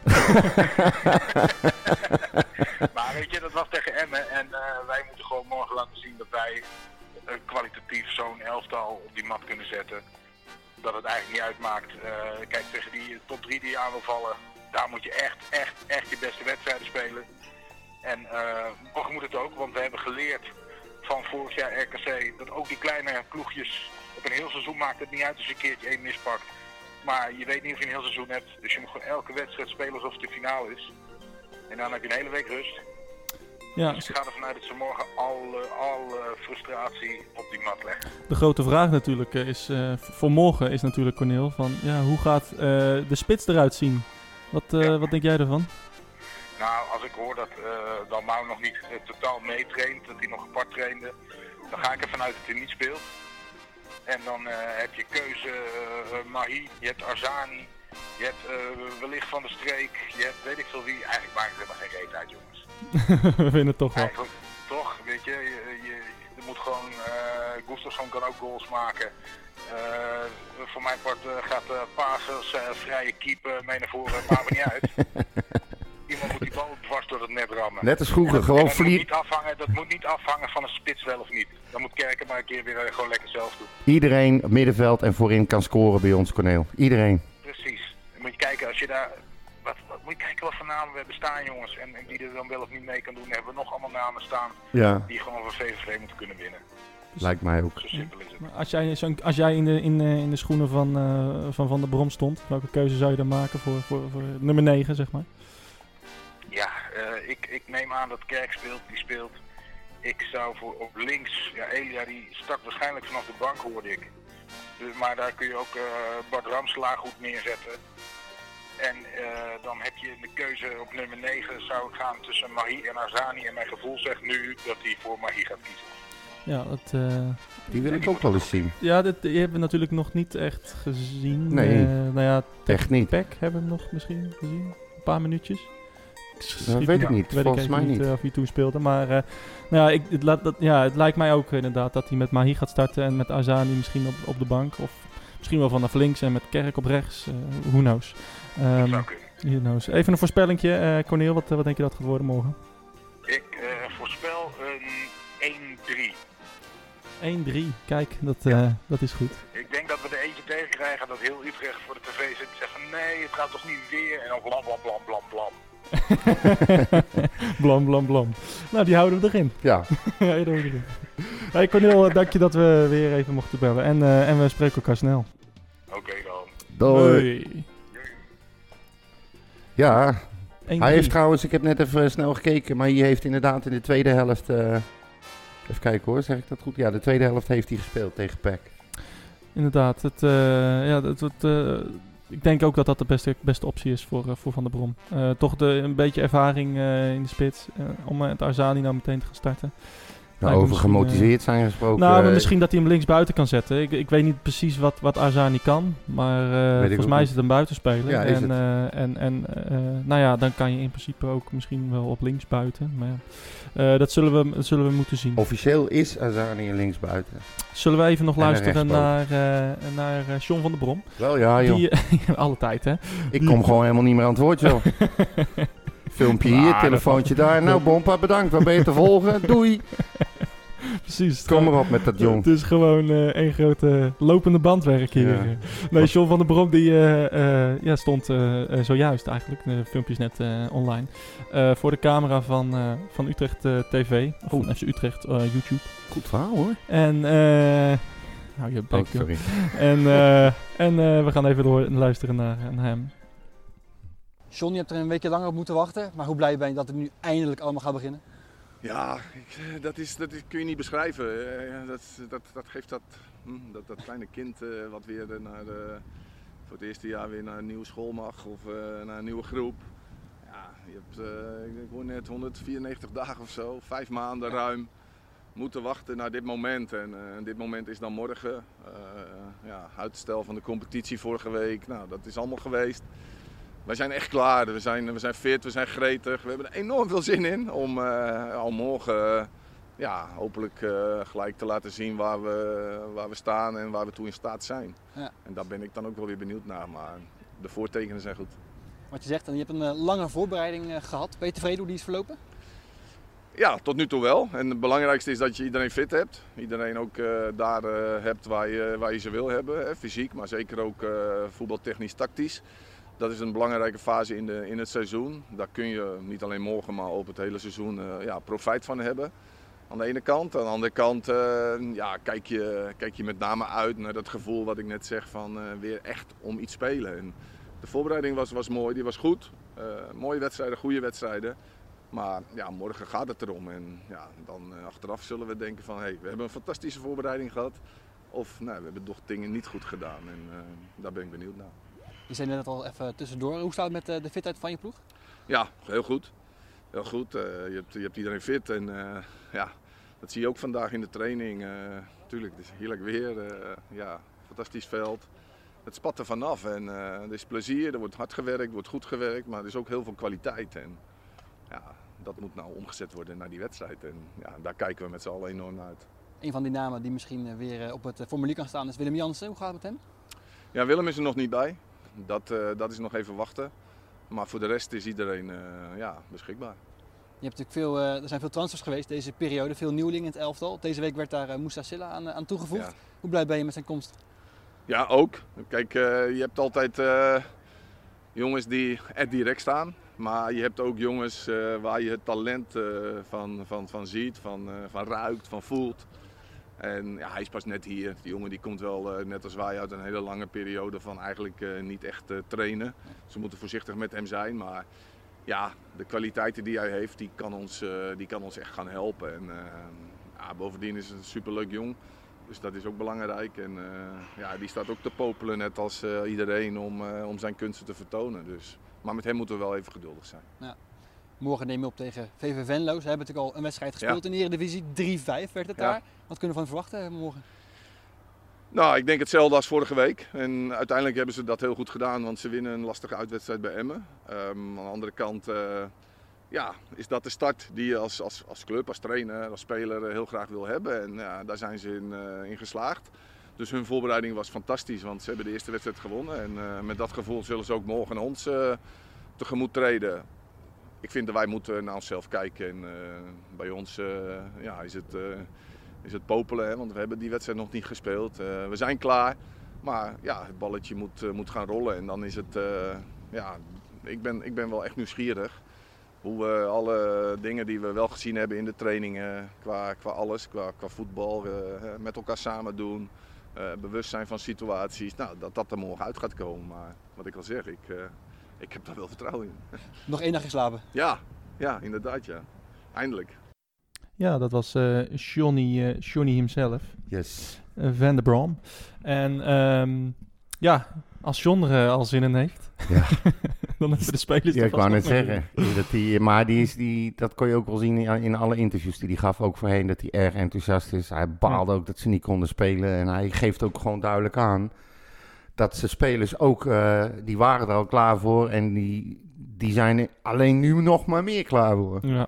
S2: Maar weet je, dat was tegen Emmen en uh, wij moeten gewoon morgen laten zien dat wij uh, kwalitatief zo'n elftal op die mat kunnen zetten. Dat het eigenlijk niet uitmaakt. Uh, kijk, tegen die top drie die je aan wil vallen, daar moet je echt, echt, echt je beste wedstrijden spelen. En uh, morgen moet het ook, want we hebben geleerd van vorig jaar R K C dat ook die kleine ploegjes op een heel seizoen maakt het niet uit als je een keertje één mispakt. Maar je weet niet of je een heel seizoen hebt, dus je moet gewoon elke wedstrijd spelen alsof het de finale is. En dan heb je een hele week rust. Ja, dus ik ga ervan uit dat ze morgen alle, alle frustratie op die mat leggen.
S4: De grote vraag natuurlijk is, uh, voor morgen is natuurlijk, Corneel, van ja, hoe gaat uh, de spits eruit zien? Wat, uh, ja. wat denk jij ervan?
S2: Nou, als ik hoor dat uh, Dalmau nog niet uh, totaal meetraint, dat hij nog apart trainde, dan ga ik ervan uit dat hij niet speelt. En dan uh, heb je keuze uh, uh, Mahi, je hebt Arzani, je hebt uh, wellicht Van der Streek, je hebt weet ik veel wie. Eigenlijk maakt het helemaal geen reet uit, jongens.
S4: We vinden het toch wel.
S2: Eigenlijk, toch, weet je, je, je, je moet gewoon, uh, Gustafsson kan ook goals maken. Uh, voor mijn part uh, gaat uh, Pasers, uh, vrije keeper mee naar voren, maakt me niet uit. Iemand moet die bal dwars door het net rammen.
S5: Net als vroeger, gewoon vliegen.
S2: Dat moet niet afhangen van een spits wel of niet. Dan moet Kerken maar een keer weer uh, gewoon lekker zelf doen.
S5: Iedereen middenveld en voorin kan scoren bij ons, Corneel. Iedereen.
S2: Precies. Dan moet je kijken, als je daar... Wat, wat, moet je kijken wat voor namen we hebben staan, jongens. En, en die er dan wel of niet mee kan doen, hebben we nog allemaal namen staan.
S5: Ja.
S2: Die gewoon van V V V moeten kunnen winnen.
S5: Lijkt mij ook.
S2: Zo simpel is het.
S4: Maar als jij, zo, als jij in, de, in, de, in de schoenen van, uh, van Van der Brom stond, welke keuze zou je dan maken voor, voor, voor nummer negen, zeg maar?
S2: Ja, uh, ik, ik neem aan dat Kerk speelt, die speelt. Ik zou voor op links, ja Elia die stak waarschijnlijk vanaf de bank, hoorde ik. Dus, maar daar kun je ook uh, Bart Ramselaar goed neerzetten. En uh, dan heb je de keuze op nummer negen, zou ik gaan tussen Mahi en Arzani. En mijn gevoel zegt nu dat hij voor Mahi gaat kiezen.
S4: Ja, dat, uh,
S5: die wil ik ook wel eens zien.
S4: Ja, dit, die hebben we natuurlijk nog niet echt gezien.
S5: Nee,
S4: uh, nou ja,
S5: echt niet.
S4: Pack hebben we hem nog misschien gezien. Een paar minuutjes.
S5: Dat weet ik niet,
S4: weet
S5: volgens
S4: ik
S5: mij
S4: niet.
S5: niet.
S4: Uh, of hij toen speelde, maar uh, nou ja, ik, het, laat, dat, ja, het lijkt mij ook inderdaad dat hij met Mahi gaat starten en met Arzani misschien op, op de bank. Of misschien wel vanaf links en met Kerk op rechts. Uh, who knows. Um, who knows. Even een voorspellingje. Uh, Corneel, wat, wat denk je dat gaat worden morgen?
S2: Ik uh, voorspel een één drie.
S4: één drie, kijk, dat, uh, dat is goed.
S2: Ik denk dat we er eentje tegen krijgen dat heel Utrecht voor de tv zit en zegt van nee, het gaat toch niet weer. En dan blam, blam, blam, blam, blam.
S4: blam, blam, blam. Nou, die houden we erin.
S5: Ja.
S4: ja, die houden we erin. Hey Corneel, dank je dat we weer even mochten bellen. En, uh, en we spreken elkaar snel.
S2: Oké okay, dan.
S5: Doei. Ja,
S4: Eén,
S5: hij heeft trouwens, ik heb net even snel gekeken, maar hij heeft inderdaad in de tweede helft... Uh, even kijken hoor, zeg ik dat goed? Ja, de tweede helft heeft hij gespeeld tegen P E C.
S4: Inderdaad, het, uh, ja, het, het, uh, ik denk ook dat dat de beste, beste optie is voor, uh, voor Van der Brom. Uh, toch de, een beetje ervaring uh, in de spits uh, om met Arzani nou meteen te gaan starten.
S5: Nou, over gemotiveerd zijn gesproken.
S4: Nou, maar misschien dat hij hem links buiten kan zetten. Ik, ik weet niet precies wat, wat Arzani kan, maar uh, volgens mij is het een buitenspeler.
S5: Ja, is
S4: en,
S5: het.
S4: Uh, en, en uh, nou ja, dan kan je in principe ook misschien wel op links buiten. Maar uh, dat, zullen we, dat zullen we moeten zien.
S5: Officieel is Arzani een linksbuiten.
S4: Zullen we even nog en luisteren naar, uh, naar uh, John van der Brom?
S5: Wel ja, joh. Die,
S4: uh, alle tijd, hè?
S5: Ik Die... kom gewoon helemaal niet meer aan het woord, joh. Filmpje hier, nou, telefoontje daar. Nou, Bompa, bedankt. Waar ben je te volgen? Doei.
S4: Precies.
S5: Kom maar op met dat jong.
S4: Het is gewoon uh, één grote lopende bandwerk hier. Ja. Nee, John van der Brom die uh, uh, ja, stond uh, uh, zojuist eigenlijk, de filmpje is net uh, online, uh, voor de camera van, uh, van Utrecht uh, T V. Of oh. F C Utrecht uh, YouTube.
S5: Goed verhaal hoor.
S4: En, uh, hou je bek, oh, sorry. En, uh, en uh, we gaan even door luisteren naar, naar hem.
S6: John, je hebt er een weekje langer op moeten wachten, maar hoe blij ben je dat het nu eindelijk allemaal gaat beginnen?
S7: Ja, ik, dat, is, dat is, kun je niet beschrijven. Dat, dat, dat geeft dat, dat, dat kleine kind uh, wat weer naar de, voor het eerste jaar weer naar een nieuwe school mag of uh, naar een nieuwe groep. Ja, je hebt, uh, ik hoor net honderdvierennegentig dagen of zo, vijf maanden ja. ruim moeten wachten naar dit moment. En uh, dit moment is dan morgen. Uh, ja, uitstel van de competitie vorige week, nou dat is allemaal geweest. Wij zijn echt klaar, we zijn, we zijn fit, we zijn gretig, we hebben er enorm veel zin in om uh, al morgen uh, ja, hopelijk uh, gelijk te laten zien waar we, waar we staan en waar we toe in staat zijn. Ja. En daar ben ik dan ook wel weer benieuwd naar, maar de voortekenen zijn goed.
S6: Wat je zegt, je hebt een uh, lange voorbereiding uh, gehad, ben je tevreden hoe die is verlopen?
S7: Ja, tot nu toe wel. En het belangrijkste is dat je iedereen fit hebt. Iedereen ook uh, daar uh, hebt waar je, waar je ze wil hebben, hè, fysiek, maar zeker ook uh, voetbaltechnisch, tactisch. Dat is een belangrijke fase in, de, in het seizoen. Daar kun je niet alleen morgen, maar op het hele seizoen uh, ja, profijt van hebben. Aan de ene kant. Aan de andere kant uh, ja, kijk, je, kijk je met name uit naar dat gevoel wat ik net zeg van uh, weer echt om iets spelen. En de voorbereiding was, was mooi, die was goed. Uh, mooie wedstrijden, goede wedstrijden. Maar ja, morgen gaat het erom. En ja, dan uh, achteraf zullen we denken van hey, we hebben een fantastische voorbereiding gehad. Of nou, we hebben toch dingen niet goed gedaan. En uh, daar ben ik benieuwd naar.
S6: Je zei net al even tussendoor. Hoe staat het met de fitheid van je ploeg?
S7: Ja, heel goed. Heel goed. Uh, je, hebt, je hebt iedereen fit. En uh, ja, dat zie je ook vandaag in de training. Uh, tuurlijk, het is heerlijk weer. Uh, ja, fantastisch veld. Het spat er vanaf. En uh, er is plezier, er wordt hard gewerkt, er wordt goed gewerkt. Maar er is ook heel veel kwaliteit. En ja, dat moet nou omgezet worden naar die wedstrijd. En ja, daar kijken we met z'n allen enorm naar uit.
S6: Een van die namen die misschien weer op het formulier kan staan is Willem Jansen. Hoe gaat het met hem?
S7: Ja, Willem is er nog niet bij. Dat, uh, dat is nog even wachten. Maar voor de rest is iedereen uh, ja, beschikbaar.
S6: Je hebt natuurlijk veel, uh, er zijn veel transfers geweest deze periode, veel nieuwelingen in het elftal. Deze week werd daar uh, Moussa Silla aan, uh, aan toegevoegd. Ja. Hoe blij ben je met zijn komst?
S7: Ja, ook. Kijk, uh, je hebt altijd uh, jongens die er direct staan. Maar je hebt ook jongens uh, waar je het talent uh, van, van, van ziet, van, uh, van ruikt, van voelt. En ja, hij is pas net hier. Die jongen die komt wel, uh, net als wij, uit een hele lange periode van eigenlijk uh, niet echt uh, trainen. Ze moeten voorzichtig met hem zijn. Maar ja, de kwaliteiten die hij heeft, die kan ons, uh, die kan ons echt gaan helpen. En, uh, ja, bovendien is het een superleuk jong. Dus dat is ook belangrijk. En uh, ja, die staat ook te popelen, net als uh, iedereen, om, uh, om zijn kunsten te vertonen. Dus. Maar met hem moeten we wel even geduldig zijn.
S6: Ja. Morgen neem je op tegen V V Venlo. Ze hebben natuurlijk al een wedstrijd gespeeld ja. in de Eredivisie. drie vijf werd het ja. daar. Wat kunnen we van verwachten morgen?
S7: Nou, ik denk hetzelfde als vorige week. En uiteindelijk hebben ze dat heel goed gedaan, want ze winnen een lastige uitwedstrijd bij Emmen. Um, aan de andere kant uh, ja, is dat de start die je als, als, als club, als trainer, als speler heel graag wil hebben. En ja, daar zijn ze in, uh, in geslaagd. Dus hun voorbereiding was fantastisch, want ze hebben de eerste wedstrijd gewonnen. En uh, met dat gevoel zullen ze ook morgen ons uh, tegemoet treden. Ik vind dat wij moeten naar onszelf kijken. En uh, bij ons uh, ja, is het... Uh, is het popelen, hè? Want we hebben die wedstrijd nog niet gespeeld. Uh, we zijn klaar, maar ja, het balletje moet, uh, moet gaan rollen. En dan is het, uh, ja, ik ben, ik ben wel echt nieuwsgierig. Hoe we alle dingen die we wel gezien hebben in de trainingen, qua, qua alles, qua, qua voetbal, uh, met elkaar samen doen. Uh, bewustzijn van situaties, nou, dat dat er morgen uit gaat komen. Maar wat ik al zeg, ik, uh, ik heb daar wel vertrouwen in.
S6: Nog één nacht geslapen?
S7: Ja, ja, inderdaad ja. Eindelijk.
S4: Ja, dat was uh, Johnny, uh, Johnny himself.
S5: Yes.
S4: Uh, Van der Brom. En um, ja, als John er uh, al zin in heeft,
S5: ja.
S4: dan hebben de spelers...
S5: Ja, ik wou net zeggen. Dat die, maar die is, die, dat kon je ook wel zien in, in alle interviews die hij gaf, ook voorheen, dat hij erg enthousiast is. Hij baalde ja. ook dat ze niet konden spelen. En hij geeft ook gewoon duidelijk aan dat zijn spelers ook, uh, die waren er al klaar voor. En die, die zijn alleen nu nog maar meer klaar voor.
S4: Ja.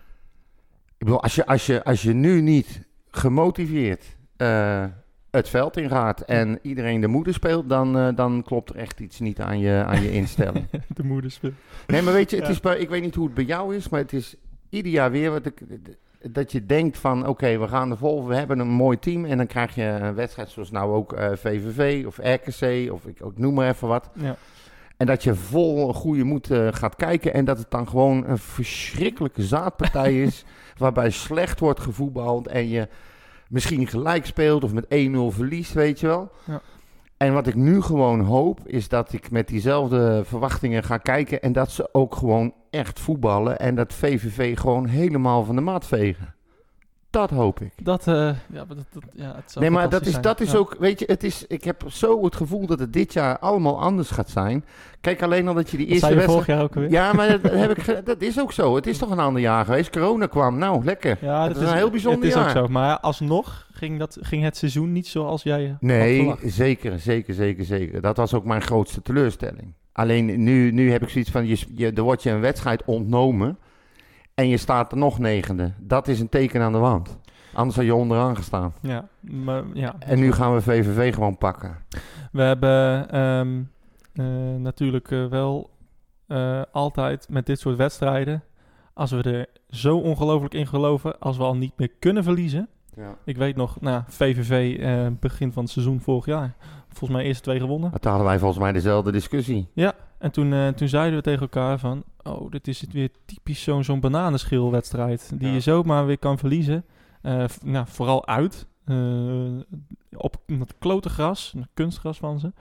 S5: Ik bedoel, als je, als je, als je nu niet gemotiveerd uh, het veld ingaat en iedereen de moeder speelt, dan, uh, dan klopt er echt iets niet aan je, aan je instelling.
S4: De moeder speelt.
S5: Nee, maar weet je, het
S4: ja.
S5: is bij, ik weet niet hoe het bij jou is, maar het is ieder jaar weer wat ik, dat je denkt van, oké, okay, we gaan er vol, we hebben een mooi team en dan krijg je een wedstrijd zoals nou ook uh, V V V of R K C of ik, ik noem maar even wat.
S4: Ja.
S5: En dat je vol goede moed uh, gaat kijken en dat het dan gewoon een verschrikkelijke zaadpartij is, waarbij slecht wordt gevoetbald en je misschien gelijk speelt of met één nul verliest, weet je wel.
S4: Ja.
S5: En wat ik nu gewoon hoop, is dat ik met diezelfde verwachtingen ga kijken en dat ze ook gewoon echt voetballen en dat V V V gewoon helemaal van de mat vegen. Dat hoop ik.
S4: Dat, uh, ja, dat, dat, ja, het zou
S5: nee, maar dat is,
S4: zijn.
S5: dat is
S4: ja.
S5: ook, weet je, het is, ik heb zo het gevoel dat het dit jaar allemaal anders gaat zijn. Kijk, alleen al dat je die
S4: dat
S5: eerste
S4: zei je
S5: wedstrijd...
S4: vorig jaar ook alweer.
S5: Ja, maar dat, heb ik ge... dat is ook zo. Het is toch een ander jaar geweest. Corona kwam, nou, lekker.
S4: Ja,
S5: het is een heel bijzonder
S4: jaar. Het is
S5: jaar.
S4: ook zo, maar alsnog ging, dat, ging het seizoen niet zoals jij
S5: Nee,
S4: had verwacht.
S5: zeker, zeker, zeker, zeker. Dat was ook mijn grootste teleurstelling. Alleen nu, nu heb ik zoiets van, je, je, er wordt je een wedstrijd ontnomen en je staat er nog negende. Dat is een teken aan de wand. Anders had je onderaan gestaan.
S4: Ja, maar, ja.
S5: En nu gaan we V V V gewoon pakken.
S4: We hebben um, uh, natuurlijk uh, wel uh, altijd met dit soort wedstrijden, als we er zo ongelooflijk in geloven, als we al niet meer kunnen verliezen.
S5: Ja.
S4: Ik weet nog, nou, V V V uh, begin van het seizoen vorig jaar. Volgens mij eerste twee gewonnen.
S5: Maar toen hadden wij volgens mij dezelfde discussie.
S4: Ja, en toen, uh, toen zeiden we tegen elkaar van, oh, dit is het weer typisch zo'n, zo'n bananenschilwedstrijd die
S5: ja.
S4: je zomaar weer kan verliezen. Uh, v- nou, vooral uit. Uh, op dat klote gras, een kunstgras van ze.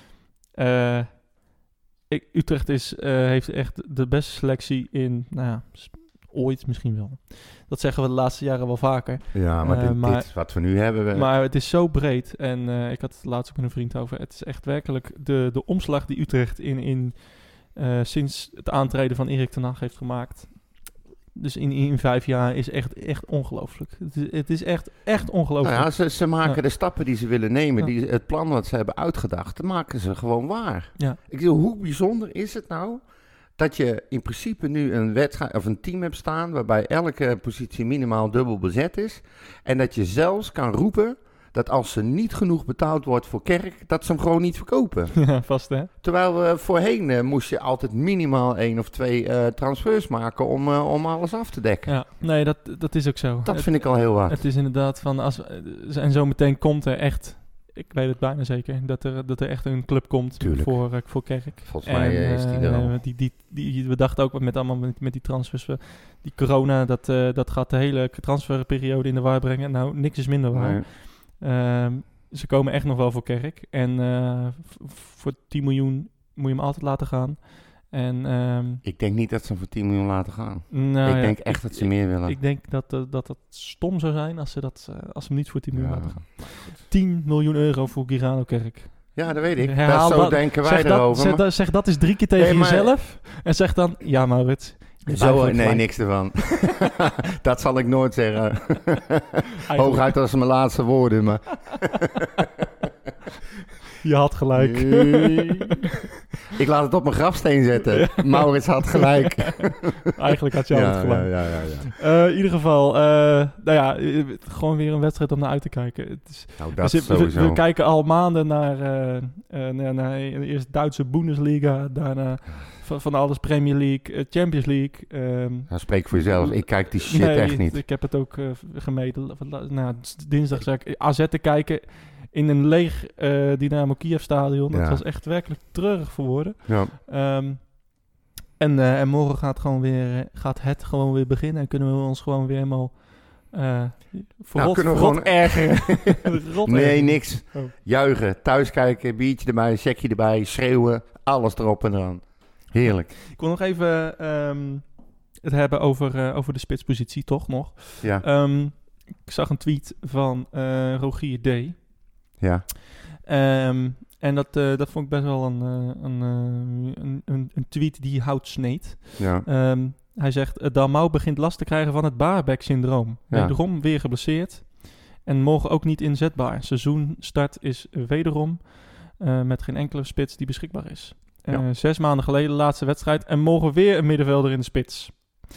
S4: Uh, ik, Utrecht is, uh, heeft echt de beste selectie in, nou ja, ooit misschien wel. Dat zeggen we de laatste jaren wel vaker.
S5: Ja, maar,
S4: Uh,
S5: dit,
S4: maar-
S5: dit wat we nu hebben... We...
S4: Maar het is zo breed. En uh, ik had het laatst ook met een vriend over. Het is echt werkelijk de, de omslag die Utrecht in, in, uh, sinds het aantreden van Erik ten Hag heeft gemaakt. Dus in, in vijf jaar is echt, echt ongelooflijk. Het is, het is echt, echt ongelooflijk.
S5: Nou ja, ze, ze maken
S4: Ja.
S5: de stappen die ze willen nemen.
S4: Ja.
S5: Die, het plan wat ze hebben uitgedacht, dat maken ze gewoon waar.
S4: Ja.
S5: Ik bedoel, hoe bijzonder is het nou dat je in principe nu een wedstrijd of een team hebt staan waarbij elke positie minimaal dubbel bezet is. En dat je zelfs kan roepen dat als ze niet genoeg betaald wordt voor Kerk, dat ze hem gewoon niet verkopen.
S4: Ja, vast hè?
S5: Terwijl we voorheen uh, moest je altijd minimaal één of twee uh, transfers maken om, uh, om alles af te dekken.
S4: Ja, nee, dat, dat is ook zo.
S5: Dat
S4: het,
S5: vind ik al heel wat.
S4: het is inderdaad van, als, en zo meteen komt er echt, ik weet het bijna zeker, dat er, dat er echt een club komt
S5: Tuurlijk.
S4: voor, uh, voor Kerk.
S5: Volgens mij uh, is die er al.
S4: Uh, die, die, die, we dachten ook met allemaal met, met die transfers, uh, die corona, dat, uh, dat gaat de hele transferperiode in de war brengen. Nou, niks is minder waar.
S5: Nee.
S4: Um, ze komen echt nog wel voor Kerk. En uh, v- voor tien miljoen moet je hem altijd laten gaan. En, um,
S5: ik denk niet dat ze hem voor tien miljoen laten gaan.
S4: Nou,
S5: ik
S4: ja,
S5: denk echt
S4: ik,
S5: dat ze
S4: ik,
S5: meer willen.
S4: Ik denk dat, uh, dat het stom zou zijn als ze, dat, uh, als ze hem niet voor tien miljoen
S5: ja,
S4: laten gaan. tien miljoen euro voor Girano-Kerk.
S5: Ja, dat weet ik.
S4: Herhaal
S5: dat, zo
S4: dat,
S5: denken wij
S4: zeg
S5: erover.
S4: Dat, zeg, dat, zeg dat eens drie keer tegen
S5: nee, maar,
S4: jezelf. En zeg dan, ja Maurits.
S5: Zo, nee, gelijk. Niks ervan. Dat zal ik nooit zeggen. Hooguit als mijn laatste woorden, maar...
S4: Je had gelijk.
S5: Nee. Ik laat het op mijn grafsteen zetten. Ja. Maurits had gelijk.
S4: Eigenlijk had je altijd
S5: ja,
S4: gelijk.
S5: Ja, ja, ja,
S4: uh, in ieder geval, uh, nou ja, gewoon weer een wedstrijd om naar uit te kijken. Het is,
S5: nou, dat
S4: we,
S5: sowieso.
S4: We, we kijken al maanden naar, uh, uh, naar, naar eerst Duitse Bundesliga, daarna van, van alles Premier League, uh, Champions League. Um,
S5: nou, spreek voor jezelf. Ik kijk die shit
S4: nee,
S5: echt niet.
S4: Ik heb het ook uh, gemeten. Nou, dinsdag zei ik A Z te kijken. In een leeg uh, Dynamo Kiev stadion.
S5: Ja.
S4: Dat was echt werkelijk treurig voor woorden.
S5: Ja.
S4: Um, en, uh, en morgen gaat, gewoon weer, gaat het gewoon weer beginnen. En kunnen we ons gewoon weer helemaal uh, verrot,
S5: nou,
S4: verrot
S5: gewoon...
S4: ergeren. rot
S5: nee,
S4: ergeren.
S5: niks. Oh. Juichen, thuis kijken, biertje erbij, checkje erbij, schreeuwen. Alles erop en eraan. Heerlijk.
S4: Ik wil nog even um, het hebben over, uh, over de spitspositie, toch nog?
S5: Ja.
S4: Um, ik zag een tweet van uh, Rogier D.
S5: Ja.
S4: Um, en dat, uh, dat vond ik best wel een, uh, een, uh, een, een, een tweet die hout sneed.
S5: Ja.
S4: Um, hij zegt, Dalmau begint last te krijgen van het Baarbek-syndroom. Ja. Wederom weer geblesseerd. En morgen ook niet inzetbaar. Seizoenstart is wederom uh, met geen enkele spits die beschikbaar is. Uh, ja. Zes maanden geleden, laatste wedstrijd. En morgen weer een middenvelder in de spits.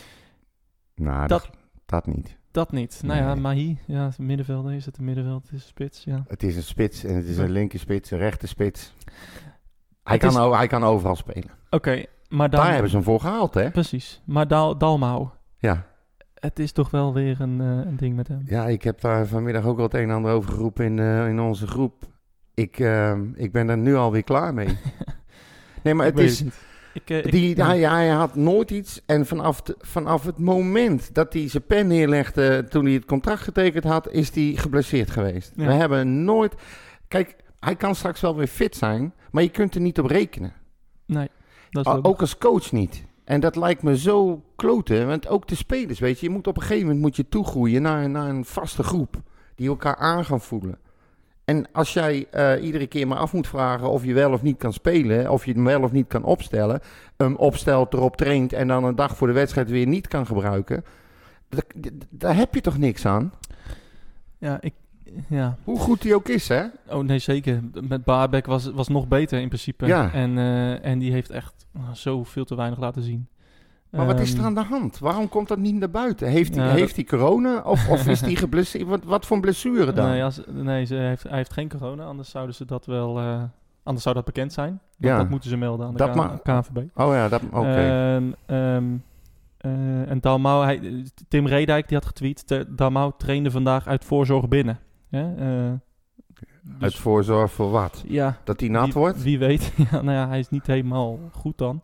S5: Nou, dat, dat, dat niet.
S4: Dat niet. Nee. Nou ja, Mahi, ja, middenvelder is het een middenveld, het is een spits, ja.
S5: Het is een spits en het is een linker spits, een rechter spits. Hij, kan, is... o- hij kan overal spelen.
S4: Oké, okay, maar dan...
S5: Daar hebben ze hem voor gehaald, hè?
S4: Precies. Maar Dal- Dalmau...
S5: Ja.
S4: Het is toch wel weer een, uh, een ding met hem.
S5: Ja, ik heb daar vanmiddag ook wel het een en ander over geroepen in, uh, in onze groep. Ik, uh, ik ben er nu alweer klaar mee. Nee, maar het is... Het Ik, uh, die, ik, hij, hij had nooit iets en vanaf, de, vanaf het moment dat hij zijn pen neerlegde toen hij het contract getekend had, is hij geblesseerd geweest. Ja. We hebben nooit... Kijk, hij kan straks wel weer fit zijn, maar je kunt er niet op rekenen.
S4: Nee. Dat is
S5: A, ook als coach niet. En dat lijkt me zo kloten, want ook de spelers, weet je, je moet op een gegeven moment moet je toegroeien naar, naar een vaste groep die elkaar aan gaan voelen. En als jij uh, iedere keer maar af moet vragen of je wel of niet kan spelen, of je hem wel of niet kan opstellen, hem opstelt, erop traint en dan een dag voor de wedstrijd weer niet kan gebruiken, daar, daar heb je toch niks aan?
S4: Ja, ik... Ja.
S5: Hoe goed hij ook is, hè?
S4: Oh nee, zeker. Met Baarbek was was nog beter in principe.
S5: Ja.
S4: En, uh, en die heeft echt uh, zo veel te weinig laten zien.
S5: Maar um, wat is er aan de hand? Waarom komt dat niet naar buiten? Heeft hij, ja, heeft hij corona of, of is hij geblesseerd? Wat, wat voor een blessure dan?
S4: Nee, als, nee ze heeft, hij heeft geen corona, anders zouden ze dat wel... Uh, anders zou dat bekend zijn. Dat,
S5: ja.
S4: dat moeten ze melden aan de
S5: dat
S4: K-
S5: ma-
S4: K N V B.
S5: Oh ja, dat oké. Okay.
S4: Um, um, uh, en Dalmau, hij, Tim Redijk die had getweet, Dalmau trainde vandaag uit voorzorg binnen. Ja, uh,
S5: dus, uit voorzorg voor wat?
S4: Ja,
S5: dat hij nat
S4: wie,
S5: wordt?
S4: Wie weet. Ja, nou ja, hij is niet helemaal goed dan.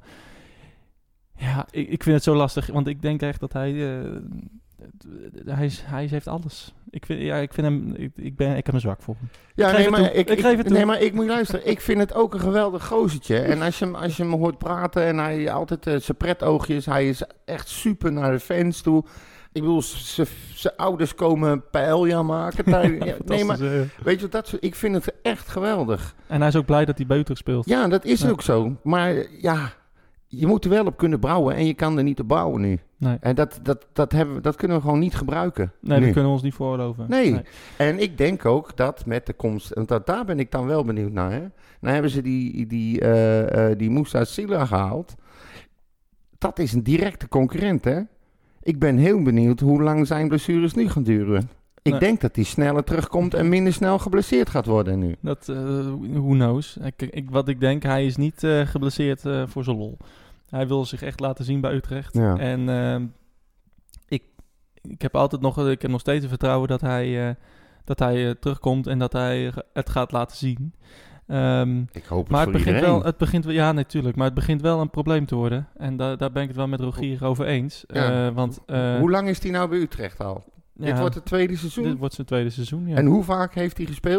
S4: Ja, ik, ik vind het zo lastig, want ik denk echt dat hij... Uh, hij, is, hij heeft alles. Ik vind, ja, ik vind hem... Ik, ik, ben, ik heb hem zwak voor hem.
S5: Ja, nee maar, ik,
S4: ik, ik, ik,
S5: nee, maar ik moet luisteren. Ik vind het ook een geweldig gozertje. En als je, hem, als je hem hoort praten en hij altijd uh, zijn pretoogjes... Hij is echt super naar de fans toe... Ik bedoel, zijn ouders komen paella maken. Tijd, ja, nee, maar weet je wat dat soort... Ik vind het echt geweldig.
S4: En hij is ook blij dat hij beter speelt.
S5: Ja, dat is
S4: ja.
S5: ook zo. Maar ja, je moet er wel op kunnen bouwen en je kan er niet op bouwen nu.
S4: Nee.
S5: En dat, dat, dat, hebben we, dat kunnen we gewoon niet gebruiken.
S4: Nee,
S5: nu.
S4: dat kunnen we ons niet veroorloven.
S5: Nee.
S4: nee.
S5: En ik denk ook dat met de komst... Want dat, daar ben ik dan wel benieuwd naar. Hè? Nou hebben ze die, die, uh, uh, die Moussa Sylla gehaald. Dat is een directe concurrent, hè? Ik ben heel benieuwd hoe lang zijn blessures nu gaan duren. Ik nee. denk dat hij sneller terugkomt en minder snel geblesseerd gaat worden nu.
S4: Dat, uh, who knows. Ik, ik, wat ik denk, hij is niet uh, geblesseerd uh, voor zijn lol. Hij wil zich echt laten zien bij Utrecht.
S5: Ja.
S4: En uh, ik, ik heb altijd nog, ik heb nog steeds het vertrouwen dat hij, uh, dat hij uh, terugkomt en dat hij het gaat laten zien. Um,
S5: ik hoop het
S4: maar
S5: voor
S4: het begint
S5: iedereen.
S4: wel, het begint wel, ja, natuurlijk, maar het begint wel een probleem te worden. En da- daar ben ik het wel met Rogier over eens.
S5: Ja.
S4: Uh, want, uh,
S5: hoe lang is hij nou bij Utrecht al?
S4: Ja,
S5: dit wordt het tweede seizoen?
S4: Dit wordt zijn tweede seizoen, ja.
S5: En hoe vaak heeft hij gespeeld?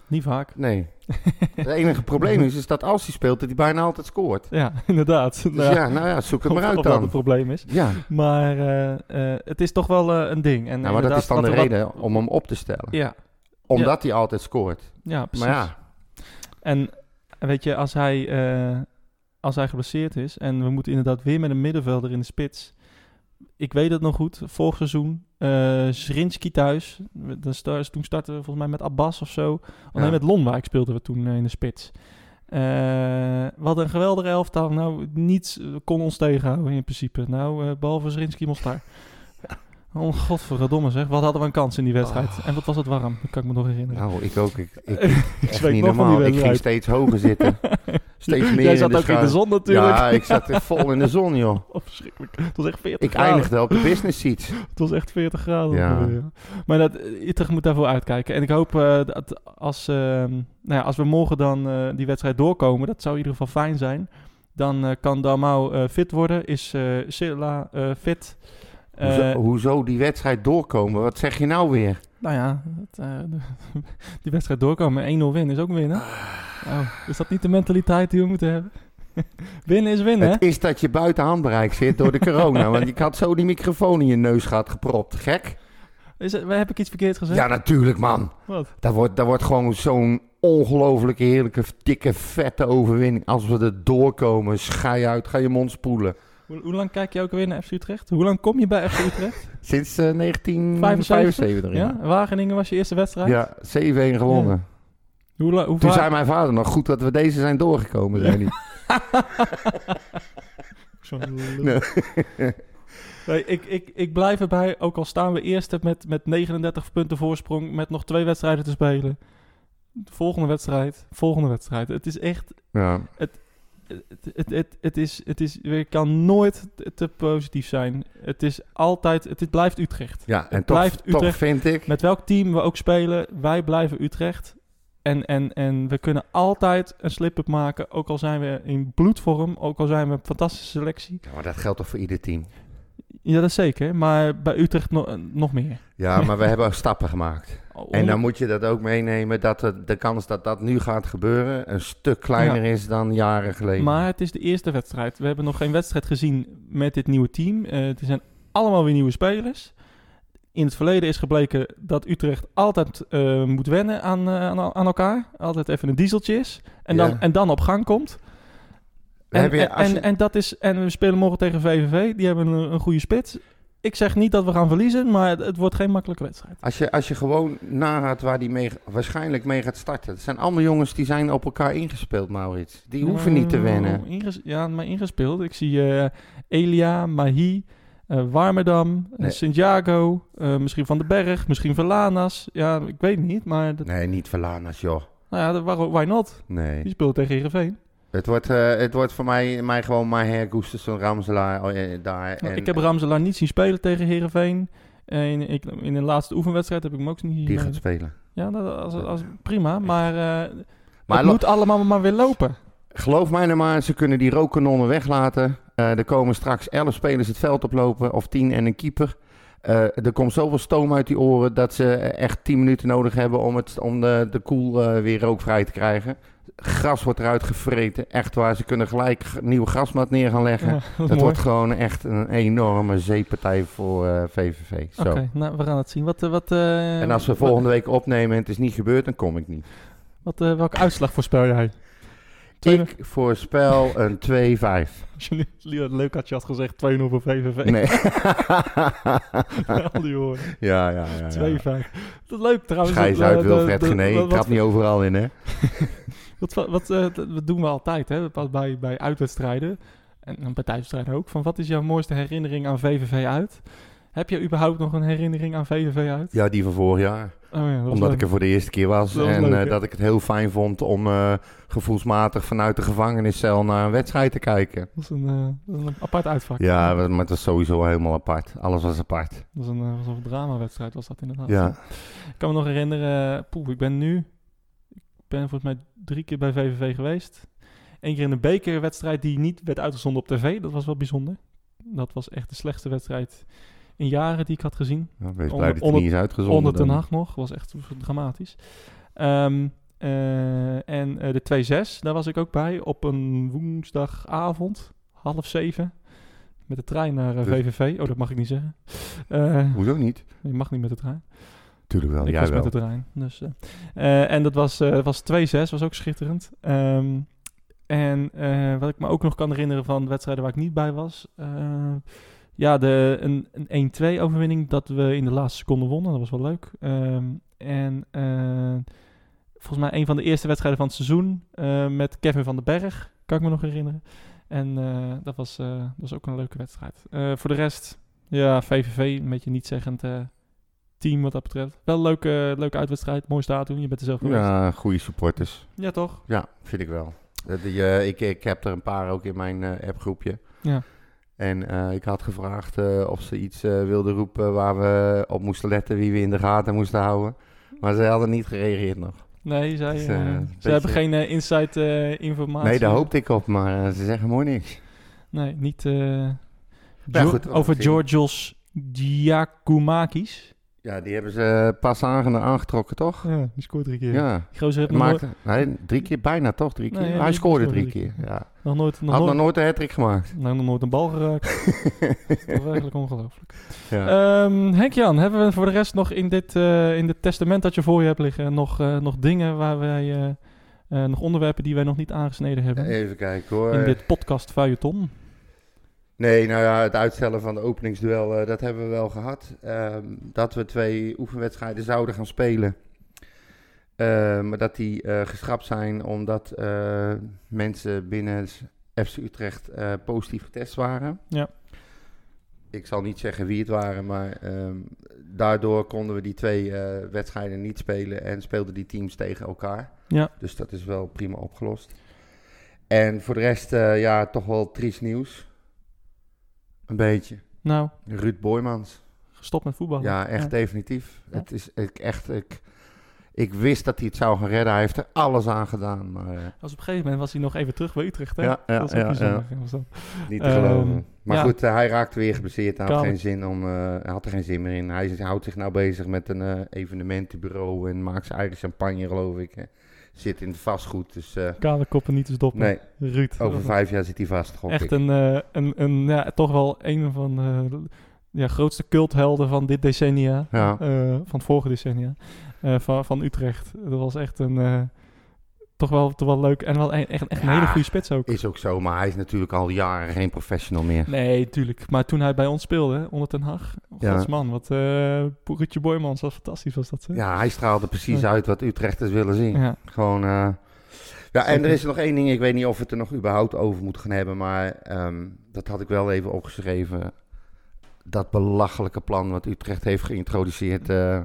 S4: Niet vaak.
S5: Nee. Het enige probleem is, is dat als hij speelt, dat hij bijna altijd scoort.
S4: Ja, inderdaad.
S5: Dus
S4: nou,
S5: ja, nou ja, zoek het maar
S4: of,
S5: uit
S4: of dat
S5: dan.
S4: het probleem is.
S5: Ja,
S4: Maar uh, uh, het is toch wel uh, een ding. En
S5: nou, maar dat is dan
S4: wat
S5: de
S4: er
S5: reden
S4: wat...
S5: om hem op te stellen.
S4: Ja.
S5: Omdat
S4: ja.
S5: hij altijd scoort.
S4: Ja, precies.
S5: Maar ja.
S4: En weet je, als hij, uh, als hij geblesseerd is en we moeten inderdaad weer met een middenvelder in de spits. Ik weet het nog goed, vorig seizoen, uh, Zrinski thuis. Dan start, toen startten we volgens mij met Abbas of zo. Alleen ja. met Lonwijk speelden we toen uh, in de spits. Uh, we hadden een geweldige elftal. Nou, niets kon ons tegenhouden in principe. Nou, uh, behalve Zrinski Mostar. Oh, godverdomme zeg. Wat hadden we een kans in die wedstrijd. Oh. En wat was het warm, dat kan ik me nog herinneren.
S5: Nou, ik ook. Ik, ik, ik,
S4: ik
S5: niet normaal. Ik ging steeds hoger zitten. Steeds meer
S4: Jij
S5: in
S4: zat
S5: de
S4: ook
S5: schuim.
S4: in de zon natuurlijk.
S5: Ja, ik zat vol in de zon, joh.
S4: Oh, verschrikkelijk. Het was echt veertig
S5: ik
S4: graden.
S5: Ik eindigde op de business seats.
S4: Het was echt veertig graden.
S5: Ja.
S4: Ongeveer, ja. Maar dat, Utrecht moet daarvoor uitkijken. En ik hoop uh, dat als, uh, nou ja, als we morgen dan uh, die wedstrijd doorkomen, dat zou in ieder geval fijn zijn. Dan uh, kan Dalmau uh, fit worden. Is uh, Silla uh, fit. Uh,
S5: hoezo, hoezo die wedstrijd doorkomen? Wat zeg je nou weer?
S4: Nou ja, het, uh, de, die wedstrijd doorkomen. één nul winnen is ook winnen. Oh, is dat niet de mentaliteit die we moeten hebben? Winnen is winnen,
S5: Het
S4: hè?
S5: is dat je buiten handbereik zit door de corona. Want ik had zo die microfoon in je neus gehad gepropt. Gek?
S4: Is het, heb ik iets verkeerd gezegd?
S5: Ja, natuurlijk, man.
S4: Wat?
S5: Dat wordt, dat wordt gewoon zo'n ongelooflijke, heerlijke, dikke, vette overwinning. Als we er doorkomen, schei uit, ga je mond spoelen.
S4: Hoe, hoe lang kijk je ook weer naar F C Utrecht? Hoe lang kom je bij F C Utrecht?
S5: Sinds uh, negentien vijfenzeventig.
S4: Ja? ja. Wageningen was je eerste wedstrijd?
S5: Ja, zeven een gewonnen. Ja.
S4: Hoe la- hoe
S5: Toen
S4: vaak...
S5: zei mijn vader nog goed dat we deze zijn doorgekomen, zei hij.
S4: nee. nee, ik, ik, ik blijf erbij, ook al staan we eerste met, met negenendertig punten voorsprong, met nog twee wedstrijden te spelen. De volgende wedstrijd, volgende wedstrijd. Het is echt...
S5: Ja.
S4: Het, het, het, het, het is, het is, je kan nooit te positief zijn. Het is altijd, het, het blijft Utrecht.
S5: Ja, en
S4: het
S5: toch,
S4: blijft Utrecht.
S5: toch vind ik...
S4: Met welk team we ook spelen, wij blijven Utrecht. En, en, en we kunnen altijd een slip-up maken, ook al zijn we in bloedvorm, ook al zijn we een fantastische selectie.
S5: Ja, maar dat geldt toch voor ieder team?
S4: Ja, dat is zeker, maar bij Utrecht no- nog meer.
S5: Ja, maar we hebben stappen gemaakt.
S4: Oh,
S5: en dan moet je dat ook meenemen, dat de, de kans dat dat nu gaat gebeuren een stuk kleiner ja. is dan jaren geleden.
S4: Maar het is de eerste wedstrijd. We hebben nog geen wedstrijd gezien met dit nieuwe team. Uh, er zijn allemaal weer nieuwe spelers. In het verleden is gebleken dat Utrecht altijd uh, moet wennen aan, uh, aan, aan elkaar. Altijd even een dieseltje is. En, ja. dan, en dan op gang komt. En, je, en, je... en, dat is, en we spelen morgen tegen V V V. Die hebben een, een goede spits. Ik zeg niet dat we gaan verliezen, maar het, het wordt geen makkelijke wedstrijd.
S5: Als je, als je gewoon nagaat waar die mee, waarschijnlijk mee gaat starten. Het zijn allemaal jongens die zijn op elkaar ingespeeld, Maurits. Die hoeven uh, niet te wennen.
S4: Inges, ja, maar ingespeeld. Ik zie uh, Elia, Mahi, uh, Warmerdam, nee. Santiago, uh, misschien Van den Berg, misschien Verlanas. Ja, ik weet niet, maar... Dat...
S5: Nee, niet Verlanas, joh.
S4: Nou ja, why not?
S5: Nee.
S4: Die speelt tegen Heerenveen.
S5: Het wordt, uh, het wordt voor mij, mij gewoon Maher, Gustafsson, Ramselaar uh, daar. En,
S4: ik heb Ramselaar niet zien spelen tegen Heerenveen. In, ik, in de laatste oefenwedstrijd heb ik hem ook niet zien.
S5: Die gaat spelen.
S4: Ja, dat, als, als, prima. Maar, uh, maar het lo- moet allemaal maar weer lopen.
S5: Geloof mij nou maar, ze kunnen die rookkanonnen weglaten. Uh, er komen straks elf spelers het veld oplopen, of tien en een keeper. Uh, er komt zoveel stoom uit die oren dat ze echt tien minuten nodig hebben om, het, om de, de koel uh, weer rookvrij te krijgen. Gras wordt eruit gevreten, echt waar. Ze kunnen gelijk een nieuwe grasmat neer gaan leggen. Ja, dat dat wordt gewoon echt een enorme zeepartij voor uh, V V V.
S4: Oké, okay, nou we gaan het zien. Wat, uh, wat, uh,
S5: en als we volgende week opnemen en het is niet gebeurd, dan kom ik niet.
S4: Wat, uh, welke uitslag voorspel jij?
S5: Ik voorspel een twee vijf.
S4: Als je nu leuk had je had gezegd twee nul voor V V V.
S5: Nee.
S4: Al die horen.
S5: Ja, ja, ja.
S4: twee vijf. Dat is leuk trouwens.
S5: Schijs uit Wilfred Gené. Ik trap niet overal in, hè.
S4: Wat, wat, uh, wat doen we altijd, hè? Bij, bij uitwedstrijden. En bij thuiswedstrijden ook. Van wat is jouw mooiste herinnering aan V V V uit? Heb je überhaupt nog een herinnering aan V V V uit?
S5: Ja, die van vorig jaar.
S4: Oh ja,
S5: Omdat leuk. ik er voor de eerste keer was. Dat en was leuk, uh, dat ik het heel fijn vond om uh, gevoelsmatig vanuit de gevangeniscel naar een wedstrijd te kijken.
S4: Dat is een, uh, een apart uitvak.
S5: Ja, maar het was sowieso helemaal apart. Alles was apart.
S4: Dat was een, uh, was een dramawedstrijd, was dat inderdaad.
S5: Ja.
S4: Ik kan me nog herinneren, poeh, ik ben nu... Ik ben volgens mij drie keer bij V V V geweest. Eén keer in een bekerwedstrijd die niet werd uitgezonden op tv. Dat was wel bijzonder. Dat was echt de slechtste wedstrijd in jaren die ik had gezien.
S5: Ja, wees blij
S4: onder,
S5: dat het niet is uitgezonden.
S4: Onder Ten Hag nog. Was echt dramatisch. Um, Uh, en uh, de twee zes, daar was ik ook bij. Op een woensdagavond, half zeven. Met de trein naar uh, V V V. Oh, dat mag ik niet zeggen. Uh,
S5: Hoezo niet?
S4: Je mag niet met de trein.
S5: Tuurlijk wel,
S4: ik
S5: jij
S4: was
S5: wel.
S4: met de trein. Dus, uh, uh, en dat was, uh, was twee zes, was ook schitterend. Um, en uh, wat ik me ook nog kan herinneren van wedstrijden waar ik niet bij was. Uh, ja, de, een, een één twee overwinning dat we in de laatste seconde wonnen. Dat was wel leuk. Um, en uh, volgens mij een van de eerste wedstrijden van het seizoen uh, met Kevin van den Berg. Kan ik me nog herinneren. En uh, dat, was, uh, dat was ook een leuke wedstrijd. Uh, voor de rest, ja, V V V, een beetje niet-zeggend uh, team wat dat betreft. Wel een leuke, leuke uitwedstrijd, mooi stadion, je bent er zelf geweest.
S5: Ja, goede supporters.
S4: Ja, toch?
S5: Ja, vind ik wel. Die, uh, ik, ik heb er een paar ook in mijn uh, appgroepje.
S4: Ja.
S5: En uh, ik had gevraagd uh, of ze iets uh, wilden roepen waar we op moesten letten, wie we in de gaten moesten houden. Maar ze hadden niet gereageerd nog.
S4: Nee, zij,
S5: dus,
S4: uh,
S5: uh,
S4: ze
S5: beetje...
S4: hebben geen uh, inside uh, informatie.
S5: Nee, daar hoopte ik op, maar uh, ze zeggen mooi niks.
S4: Nee, niet uh,
S5: ja,
S4: jo-
S5: goed,
S4: over Georgios Giacomakis.
S5: Ja, die hebben ze pas aange- aangetrokken, toch?
S4: Ja, die scoort drie keer.
S5: Ja.
S4: Die gozer heeft nog
S5: Maakte,
S4: nooit...
S5: nee, drie keer, bijna toch? Drie keer?
S4: Nee, ja,
S5: Hij
S4: die
S5: scoorde
S4: scoorde
S5: drie
S4: drie
S5: keer, ja.
S4: Nog nooit, nog
S5: Had
S4: nooit,
S5: nog nooit een hat-trick gemaakt.
S4: nou, nog nooit een bal geraakt. Dat is eigenlijk ongelooflijk.
S5: Ja.
S4: Um, Henk-Jan, hebben we voor de rest nog in dit, uh, in dit testament dat je voor je hebt liggen... nog, uh, nog dingen waar wij... Uh, uh, nog onderwerpen die wij nog niet aangesneden hebben?
S5: Even kijken hoor.
S4: In dit podcast feuilleton.
S5: Nee, nou ja, het uitstellen van de openingsduel, uh, dat hebben we wel gehad. Um, dat we twee oefenwedstrijden zouden gaan spelen. Uh, maar dat die uh, geschrapt zijn omdat uh, mensen binnen F C Utrecht uh, positief getest waren.
S4: Ja.
S5: Ik zal niet zeggen wie het waren, maar um, daardoor konden we die twee uh, wedstrijden niet spelen en speelden die teams tegen elkaar.
S4: Ja.
S5: Dus dat is wel prima opgelost. En voor de rest, uh, ja, toch wel triest nieuws. Een beetje.
S4: Nou.
S5: Ruud Boijmans.
S4: Gestopt met voetballen.
S5: Ja, echt
S4: ja.
S5: definitief.
S4: Ja.
S5: Het is ik, echt... Ik, ik wist dat hij het zou gaan redden. Hij heeft er alles aan gedaan. Maar, uh,
S4: was op een gegeven moment was hij nog even terug bij Utrecht, hè?
S5: Ja, ja,
S4: dat is ook
S5: ja,
S4: bijzonder.
S5: ja.
S4: Was dat.
S5: Niet te
S4: Um,
S5: geloven. Maar
S4: ja.
S5: goed, uh, hij raakte weer geblesseerd. Hij had,
S4: Kan.
S5: geen zin om, uh, hij had er geen zin meer in. Hij houdt zich nou bezig met een uh, evenementenbureau en maakt zijn eigen champagne, geloof ik. Hè. Zit in het vastgoed. Dus, uh,
S4: kale koppen niet te stoppen.
S5: Nee,
S4: Ruud.
S5: over vijf jaar zit hij vast, gok
S4: Echt
S5: ik.
S4: een, uh, een, een ja, toch wel een van de ja, grootste culthelden van dit decennia.
S5: Ja.
S4: Uh, van het vorige decennia. Uh, van, van Utrecht. Dat was echt een... Uh, toch, wel, toch wel leuk. En wel een, echt, echt een
S5: Ja,
S4: hele goede spits ook.
S5: Is ook zo, maar hij is natuurlijk al jaren geen professional meer.
S4: Nee, tuurlijk. Maar toen hij bij ons speelde, onder Ten Hag.
S5: Ja.
S4: Godsman, wat... Uh, Ruudje Boijmans, was fantastisch was dat. Hè?
S5: Ja, hij straalde precies
S4: Ja.
S5: uit wat Utrechters willen zien.
S4: Ja.
S5: Gewoon... Uh, ja, en er is nog één ding. Ik weet niet of we het er nog überhaupt over moeten gaan hebben. Maar um, dat had ik wel even opgeschreven. Dat belachelijke plan wat Utrecht heeft geïntroduceerd. Uh,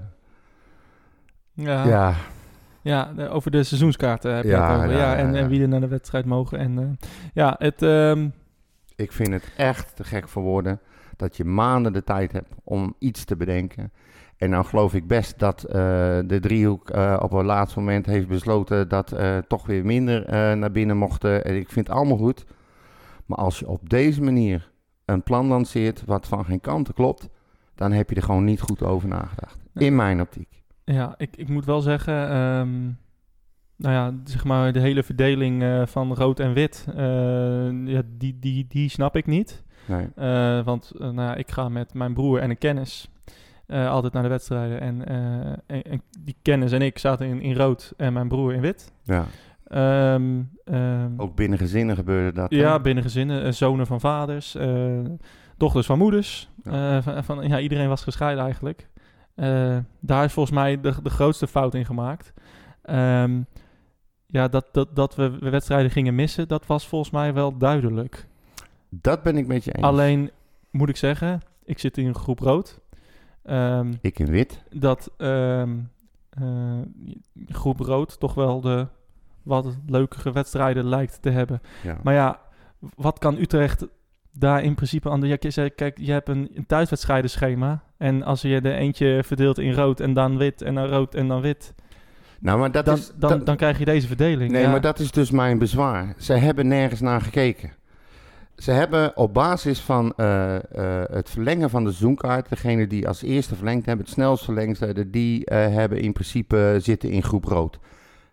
S4: Ja.
S5: ja.
S4: Ja, de, over de seizoenskaarten heb je
S5: Ja,
S4: het over.
S5: ja,
S4: Ja, en,
S5: ja, ja.
S4: en wie er naar de wedstrijd mogen. En uh, ja, het... Um,
S5: Ik vind het echt te gek voor woorden. Dat je maanden de tijd hebt om iets te bedenken. En nou geloof ik best dat uh, de driehoek uh, op een laatst moment heeft besloten dat uh, toch weer minder uh, naar binnen mochten. En ik vind het allemaal goed. Maar als je op deze manier een plan lanceert wat van geen kanten klopt, dan heb je er gewoon niet goed over nagedacht.
S4: Nee.
S5: In mijn optiek.
S4: Ja, ik, ik moet wel zeggen, um, nou ja, zeg maar de hele verdeling uh, van rood en wit, uh, ja, die, die, die snap ik niet.
S5: Nee.
S4: Uh, want uh, nou ja, ik ga met mijn broer en een kennis uh, altijd naar de wedstrijden. En, uh, en, en die kennis en ik zaten in, in rood en mijn broer in wit.
S5: Ja.
S4: Um, um,
S5: Ook binnen gezinnen gebeurde dat.
S4: Ja,
S5: hè?
S4: binnen gezinnen, uh, zonen van vaders, uh, dochters van moeders.
S5: Ja.
S4: Uh, van, van, ja, iedereen was gescheiden eigenlijk. Uh, daar is volgens mij de, de grootste fout in gemaakt. Um, ja, dat, dat, dat we wedstrijden gingen missen, dat was volgens mij wel duidelijk.
S5: Dat ben ik met je eens.
S4: Alleen, moet ik zeggen, ik zit in een groep rood. Um,
S5: ik in wit.
S4: Dat um, uh, groep rood toch wel de wat leukere wedstrijden lijkt te hebben.
S5: Ja.
S4: Maar ja, wat kan Utrecht daar in principe aan doen? Ja, kijk, je hebt een, een thuiswedstrijdenschema. En als je er eentje verdeelt in rood en dan wit en dan rood en dan wit,
S5: nou, maar dat
S4: dan,
S5: is,
S4: dan,
S5: dat,
S4: dan krijg je deze verdeling.
S5: Nee,
S4: ja.
S5: maar dat is dus mijn bezwaar. Ze hebben nergens naar gekeken. Ze hebben op basis van uh, uh, het verlengen van de seizoenkaart, degene die als eerste verlengd hebben, het snelst verlengd, die uh, hebben in principe zitten in groep rood.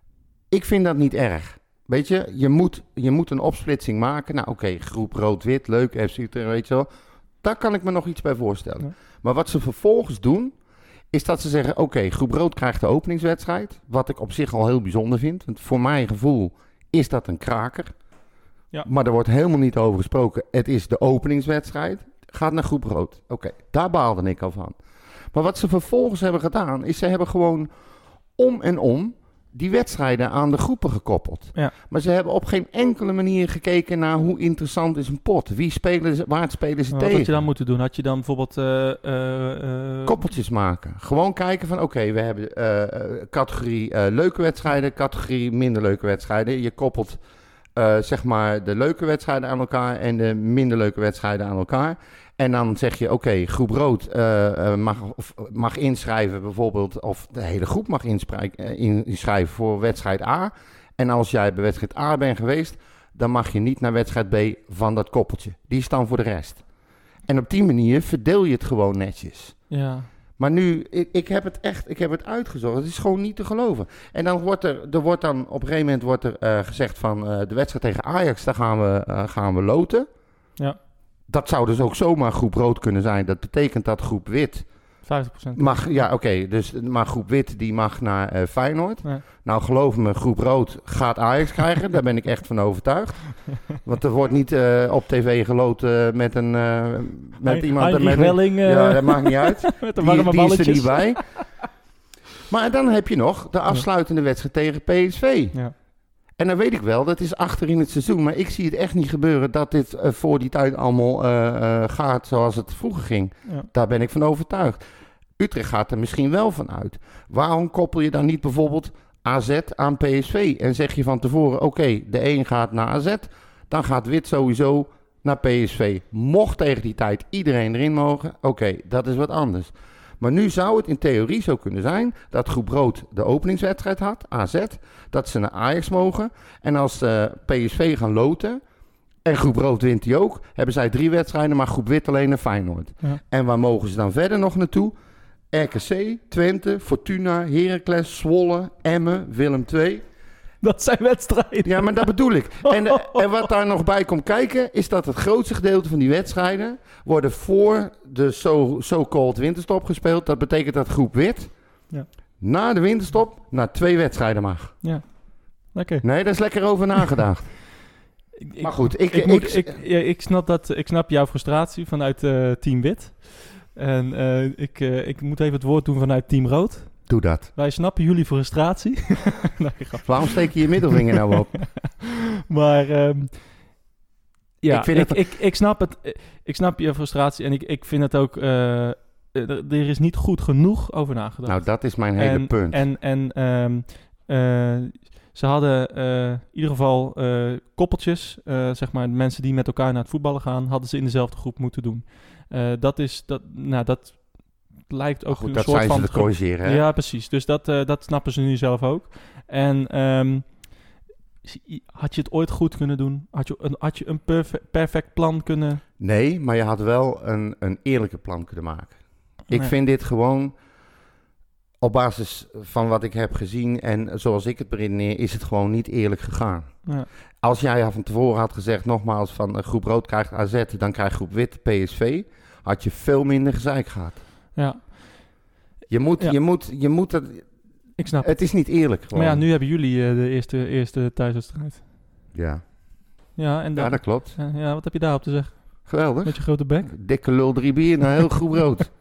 S5: Ik vind dat niet erg. Weet je, je moet, je moet een opsplitsing maken. Nou oké, okay, groep rood-wit, leuk, F C Utrecht, weet je wel. Daar kan ik me nog iets bij voorstellen. Ja. Maar wat ze vervolgens doen, is dat ze zeggen, oké, okay, groep rood krijgt de openingswedstrijd. Wat ik op zich al heel bijzonder vind. Want voor mijn gevoel is dat een kraker. Ja. Maar er wordt helemaal niet over gesproken. Het is de openingswedstrijd. Gaat naar groep rood. Oké, okay, daar baalde ik al van. Maar wat ze vervolgens hebben gedaan, is ze hebben gewoon om en om die wedstrijden aan de groepen gekoppeld. Ja. Maar ze hebben op geen enkele manier gekeken naar hoe interessant is een pot. Wie spelen ze, waar spelen ze
S4: maar
S5: tegen?
S4: Wat had je dan moeten doen? Had je dan bijvoorbeeld... Uh, uh, uh...
S5: koppeltjes maken. Gewoon kijken van oké, okay, we hebben uh, categorie uh, leuke wedstrijden, categorie minder leuke wedstrijden. Je koppelt uh, zeg maar de leuke wedstrijden aan elkaar en de minder leuke wedstrijden aan elkaar. En dan zeg je, oké, okay, groep rood uh, uh, mag, of, mag inschrijven bijvoorbeeld, of de hele groep mag inschrijven voor wedstrijd A. En als jij bij wedstrijd A bent geweest, dan mag je niet naar wedstrijd B van dat koppeltje. Die is dan voor de rest. En op die manier verdeel je het gewoon netjes.
S4: Ja.
S5: Maar nu, ik, ik heb het echt, ik heb het uitgezocht. Het is gewoon niet te geloven. En dan wordt er, er wordt dan, op een gegeven moment wordt er uh, gezegd van uh, de wedstrijd tegen Ajax, daar gaan we, uh, gaan we loten.
S4: Ja.
S5: Dat zou dus ook zomaar groep rood kunnen zijn. Dat betekent dat groep wit
S4: vijftig procent
S5: mag, ja oké, okay, dus maar groep wit die mag naar uh, Feyenoord.
S4: Ja.
S5: Nou geloof me, groep rood gaat Ajax krijgen. Daar ben ik echt van overtuigd. Want er wordt niet uh, op tv geloten uh, met een uh, met
S4: Hij,
S5: iemand
S4: Heinrich
S5: met een,
S4: Welling, uh,
S5: ja, dat maakt niet uit.
S4: Met de
S5: die,
S4: warme
S5: die is er
S4: balletjes.
S5: niet bij. Maar dan heb je nog de afsluitende wedstrijd tegen P S V.
S4: Ja.
S5: En dan weet ik wel, dat is achter in het seizoen. Maar ik zie het echt niet gebeuren dat dit uh, voor die tijd allemaal uh, uh, gaat zoals het vroeger ging.
S4: Ja.
S5: Daar ben ik van overtuigd. Utrecht gaat er misschien wel van uit. Waarom koppel je dan niet bijvoorbeeld A Z aan P S V? En zeg je van tevoren, oké, okay, de een gaat naar A Z, dan gaat wit sowieso naar P S V. Mocht tegen die tijd iedereen erin mogen, oké, okay, dat is wat anders. Maar nu zou het in theorie zo kunnen zijn dat groep rood de openingswedstrijd had, A Z, dat ze naar Ajax mogen. En als uh, P S V gaan loten, en groep rood wint die ook, hebben zij drie wedstrijden, maar groep wit alleen naar Feyenoord. Ja. En waar mogen ze dan verder nog naartoe? R K C, Twente, Fortuna, Heracles, Zwolle, Emmen, Willem twee.
S4: Dat zijn wedstrijden.
S5: Ja, maar dat bedoel ik. En, uh, en wat daar nog bij komt kijken, is dat het grootste gedeelte van die wedstrijden worden voor de so- so-called winterstop gespeeld. Dat betekent dat groep wit ja. na de winterstop naar twee wedstrijden mag.
S4: Ja, lekker.
S5: Nee, daar is lekker over nagedacht.
S4: ik,
S5: maar goed, ik,
S4: ik,
S5: ik,
S4: moet,
S5: ik,
S4: ik, ja, ik, snap dat, ik snap jouw frustratie vanuit uh, Team Wit. En uh, ik, uh, ik moet even het woord doen vanuit Team Rood.
S5: Doe dat.
S4: Wij snappen jullie frustratie.
S5: nee, waarom steek je je middelvinger nou op?
S4: maar um, ja, ik, vind ik,
S5: het...
S4: ik, ik, snap het, ik snap je frustratie en ik, ik vind het ook... Uh, er is niet goed genoeg over nagedacht.
S5: Nou, dat is mijn hele
S4: en,
S5: punt.
S4: En, en um, uh, ze hadden uh, in ieder geval uh, koppeltjes, uh, zeg maar mensen die met elkaar naar het voetballen gaan, hadden ze in dezelfde groep moeten doen. Uh, dat is, dat, nou dat lijkt ook
S5: goed,
S4: een
S5: dat
S4: soort
S5: zijn
S4: van...
S5: ze te corrigeren, hè?
S4: Ja, precies. Dus dat, uh, dat snappen ze nu zelf ook. En um, had je het ooit goed kunnen doen? Had je een, had je een perfe- perfect plan kunnen...
S5: Nee, maar je had wel een, een eerlijke plan kunnen maken. Ik
S4: nee.
S5: vind dit gewoon... Op basis van wat ik heb gezien en zoals ik het beredeneer, is het gewoon niet eerlijk gegaan.
S4: Ja.
S5: Als jij van tevoren had gezegd, nogmaals, van uh, groep rood krijgt A Z, dan krijgt groep wit P S V, had je veel minder gezeik gehad.
S4: Ja.
S5: Je moet, ja. je moet, je moet het...
S4: Ik snap
S5: het. is niet eerlijk gewoon.
S4: Maar ja, nu hebben jullie uh, de eerste, eerste thuiswedstrijd.
S5: Ja.
S4: Ja, en dan,
S5: ja, dat klopt.
S4: Uh, ja, wat heb je daarop te zeggen?
S5: Geweldig.
S4: Met je grote bek.
S5: Dikke lul drie bier, nou heel groep rood.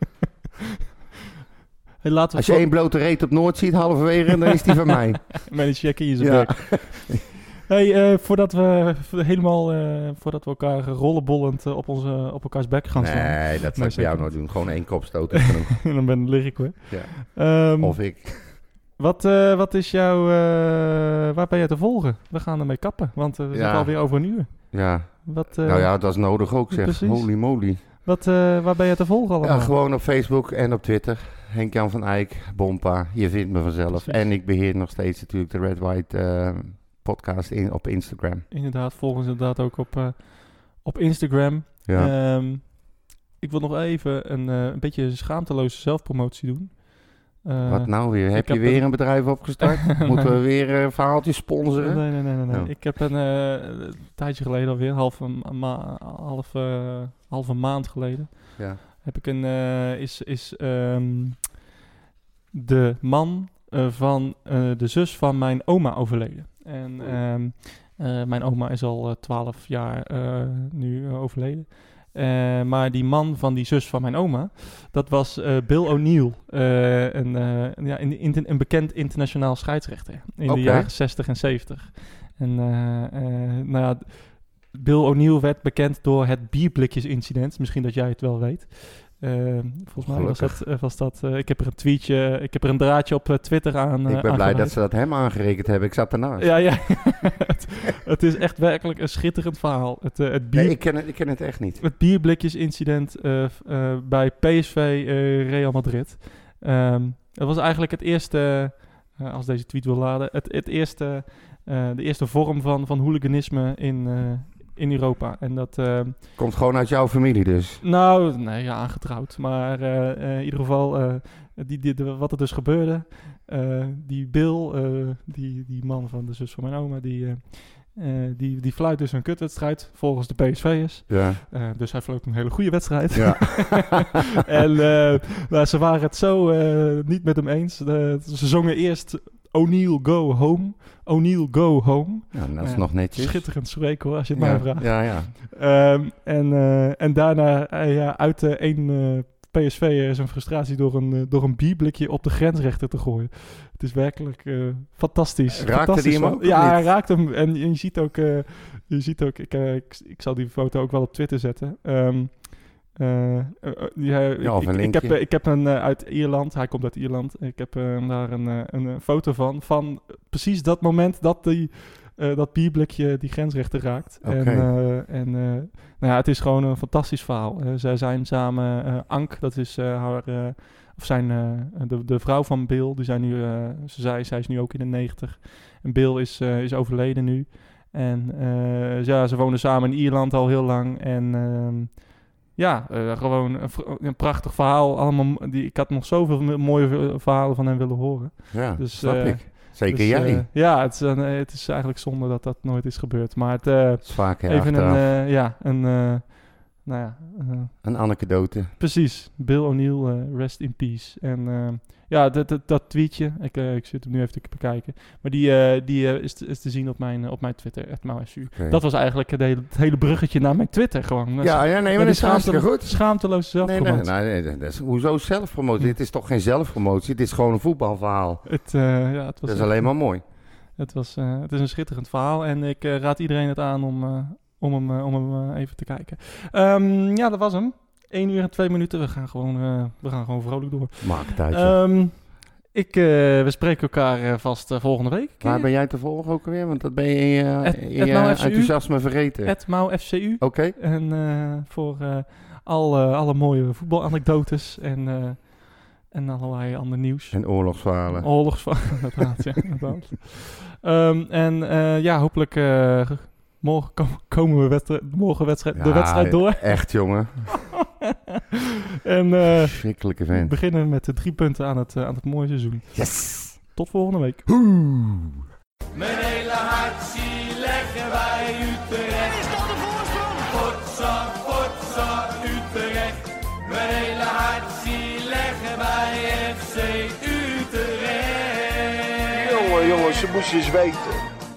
S4: Hey, laten we
S5: Als je één blote reet op Noord ziet, halverwege, dan is die van mij.
S4: Met een check in zijn bek. Hey, uh, voordat we helemaal, uh, voordat we elkaar rollenbollend uh, op, onze, op elkaars bek gaan staan.
S5: Nee, dat zou ik bij jou nooit doen. Gewoon één kopstoot is genoeg.
S4: En dan ben, lig ik hoor.
S5: Ja. Um, of ik.
S4: Wat, uh, wat is jouw, uh, waar ben jij te volgen? We gaan ermee kappen, want uh, we ja. zitten alweer over een uur.
S5: Ja.
S4: Wat, uh,
S5: nou ja, dat is nodig ook zeg. Precies. Holy moly.
S4: Wat, uh, waar ben jij te volgen allemaal?
S5: Ja, gewoon op Facebook en op Twitter. Henk-Jan van Eyck, Bompa. Je vindt me vanzelf. Precies. En ik beheer nog steeds natuurlijk de Red White uh, podcast in, op Instagram.
S4: Inderdaad, volg ons inderdaad ook op, uh, op Instagram.
S5: Ja.
S4: Um, ik wil nog even een, uh, een beetje schaamteloze zelfpromotie doen. Uh,
S5: Wat nou weer? Heb je
S4: heb
S5: weer
S4: een...
S5: een bedrijf opgestart? Moeten we weer uh, verhaaltjes sponsoren?
S4: Nee, nee, nee. nee, nee.
S5: Oh.
S4: Ik heb een, uh, een tijdje geleden alweer, half een, ma- half, uh, half een maand geleden,
S5: Ja.
S4: heb ik een, uh, is, is um, de man uh, van uh, de zus van mijn oma overleden. En um, uh, mijn oma is al twaalf uh, jaar uh, nu uh, overleden. Uh, maar die man van die zus van mijn oma, dat was uh, Bill O'Neill, uh, een, uh, ja, een, een, een bekend internationaal scheidsrechter in
S5: Okay.
S4: de jaren zestig en zeventig. En uh, uh, nou ja, Bill O'Neill werd bekend door het bierblikjes-incident. Misschien dat jij het wel weet. Uh, volgens mij was dat, uh, was dat uh, ik heb er een tweetje, ik heb er een draadje op uh, Twitter aan. Uh,
S5: ik ben blij
S4: aangeweid.
S5: dat ze dat hem aangerekend hebben. Ik zat ernaast.
S4: Ja, ja. het, het is echt werkelijk een schitterend verhaal. Het, uh, het bier,
S5: nee, ik ken het, ik ken het echt niet.
S4: Het bierblikjes-incident uh, uh, bij P S V uh, Real Madrid. Um, dat was eigenlijk het eerste, uh, als deze tweet wil laden, het, het eerste, uh, de eerste vorm van, van hooliganisme in, uh, in Europa. En dat uh,
S5: komt gewoon uit jouw familie dus?
S4: Nou, nee, ja, aangetrouwd. Maar uh, uh, in ieder geval, uh, die, die, de, wat er dus gebeurde, uh, die Bill, uh, die, die man van de zus van mijn oma, die... Uh, Uh, die, die fluit dus een kutwedstrijd volgens de P S V'ers.
S5: Ja.
S4: Uh, dus hij floot een hele goede wedstrijd.
S5: Ja.
S4: en uh, nou, ze waren het zo uh, niet met hem eens. Uh, ze zongen eerst O'Neill Go Home. O'Neill Go Home.
S5: Ja, dat is
S4: uh,
S5: nog netjes.
S4: Schitterend spreken hoor, als je het
S5: ja.
S4: mij vraagt.
S5: Ja, ja.
S4: Um, en, uh, en daarna uh, ja, uit uh, één uh, P S V zijn frustratie door een, uh, door een bierblikje op de grensrechter te gooien. Het is werkelijk uh, fantastisch.
S5: Raakte
S4: fantastisch
S5: die hem
S4: van,
S5: ook?
S4: Ja, hij raakt hem. En, en je ziet ook, uh, je ziet ook ik, uh, ik, ik zal die foto ook wel op Twitter zetten. Um, uh, uh, ja,
S5: ja, of
S4: ik,
S5: een
S4: ik, heb,
S5: linkje.
S4: ik heb een uh, uit Ierland, hij komt uit Ierland. Ik heb uh, daar een, uh, een uh, foto van, van precies dat moment dat die... Uh, dat bierblikje die grensrechter raakt.
S5: Okay.
S4: En, uh, en uh, nou ja, het is gewoon een fantastisch verhaal. Uh, zij zijn samen, uh, Ank, dat is uh, haar, uh, of zijn uh, de, de vrouw van Bill. Die zijn nu, uh, ze zei, zij is nu ook in de negentig. En Bill is, uh, is overleden nu. En uh, ja, ze wonen samen in Ierland al heel lang. En uh, ja, uh, gewoon een, een prachtig verhaal. Allemaal, die, ik had nog zoveel mooie verhalen van hem willen horen.
S5: Ja,
S4: dus,
S5: snap
S4: uh,
S5: ik. Zeker
S4: dus,
S5: jij.
S4: Uh, ja, het is, uh, het is eigenlijk zonde dat dat nooit is gebeurd. Maar het, uh,
S5: het is vaak ja,
S4: even
S5: achteraf.
S4: een, uh, ja, een, uh, nou ja. Uh,
S5: een anekdote.
S4: Precies. Bill O'Neill, uh, rest in peace. En uh, ja, dat, dat, dat tweetje, ik, uh, ik zit hem nu even te bekijken. Maar die, uh, die uh, is, te, is te zien op mijn, uh, op mijn Twitter, at mausu. Okay. Dat was eigenlijk het hele, het hele bruggetje naar mijn Twitter gewoon.
S5: Ja, ja nee, maar dat is hartstikke goed.
S4: Schaamteloze zelfpromotie.
S5: Nee, nee, nee, nee, dat is, hoezo zelfpromotie? Dit is toch geen zelfpromotie? Dit is gewoon een voetbalverhaal.
S4: Het, uh, ja, het was
S5: dat is alleen maar mooi.
S4: Het, was, uh, het is een schitterend verhaal en ik uh, raad iedereen het aan om, uh, om hem, uh, om hem uh, even te kijken. Um, ja, dat was hem. één uur en twee minuten. We gaan gewoon, uh, we gaan gewoon vrolijk door.
S5: Maak het uit.
S4: Um, ik, uh, we spreken elkaar uh, vast uh, volgende week.
S5: Waar ben jij te volgen ook alweer? Want dat ben je in je,
S4: et,
S5: in je enthousiasme vergeten.
S4: Het Mau F C U.
S5: Oké. Okay.
S4: En uh, voor uh, al, uh, alle mooie voetbalanekdotes en... Uh, En allerlei ander nieuws.
S5: En oorlogsverhalen.
S4: Oorlogsverhalen, inderdaad. Ja, inderdaad. Um, en uh, ja, hopelijk uh, morgen kom, komen we wedstrijd, morgen wedstrijd, ja, de wedstrijd door.
S5: Echt, jongen.
S4: en uh,
S5: schrikkelijke vent.
S4: We beginnen met de drie punten aan het, uh, aan het mooie seizoen.
S5: Yes!
S4: Tot volgende week.
S5: Oeh.
S1: Mijn hele hart zie leggen wij Utrecht.
S8: Is dat de voorsprong?
S1: Potsa, potsa, Utrecht. Mijn hele hart zie leggen wij F C Utrecht.
S3: Jongen, jongen, ze moesten eens weten.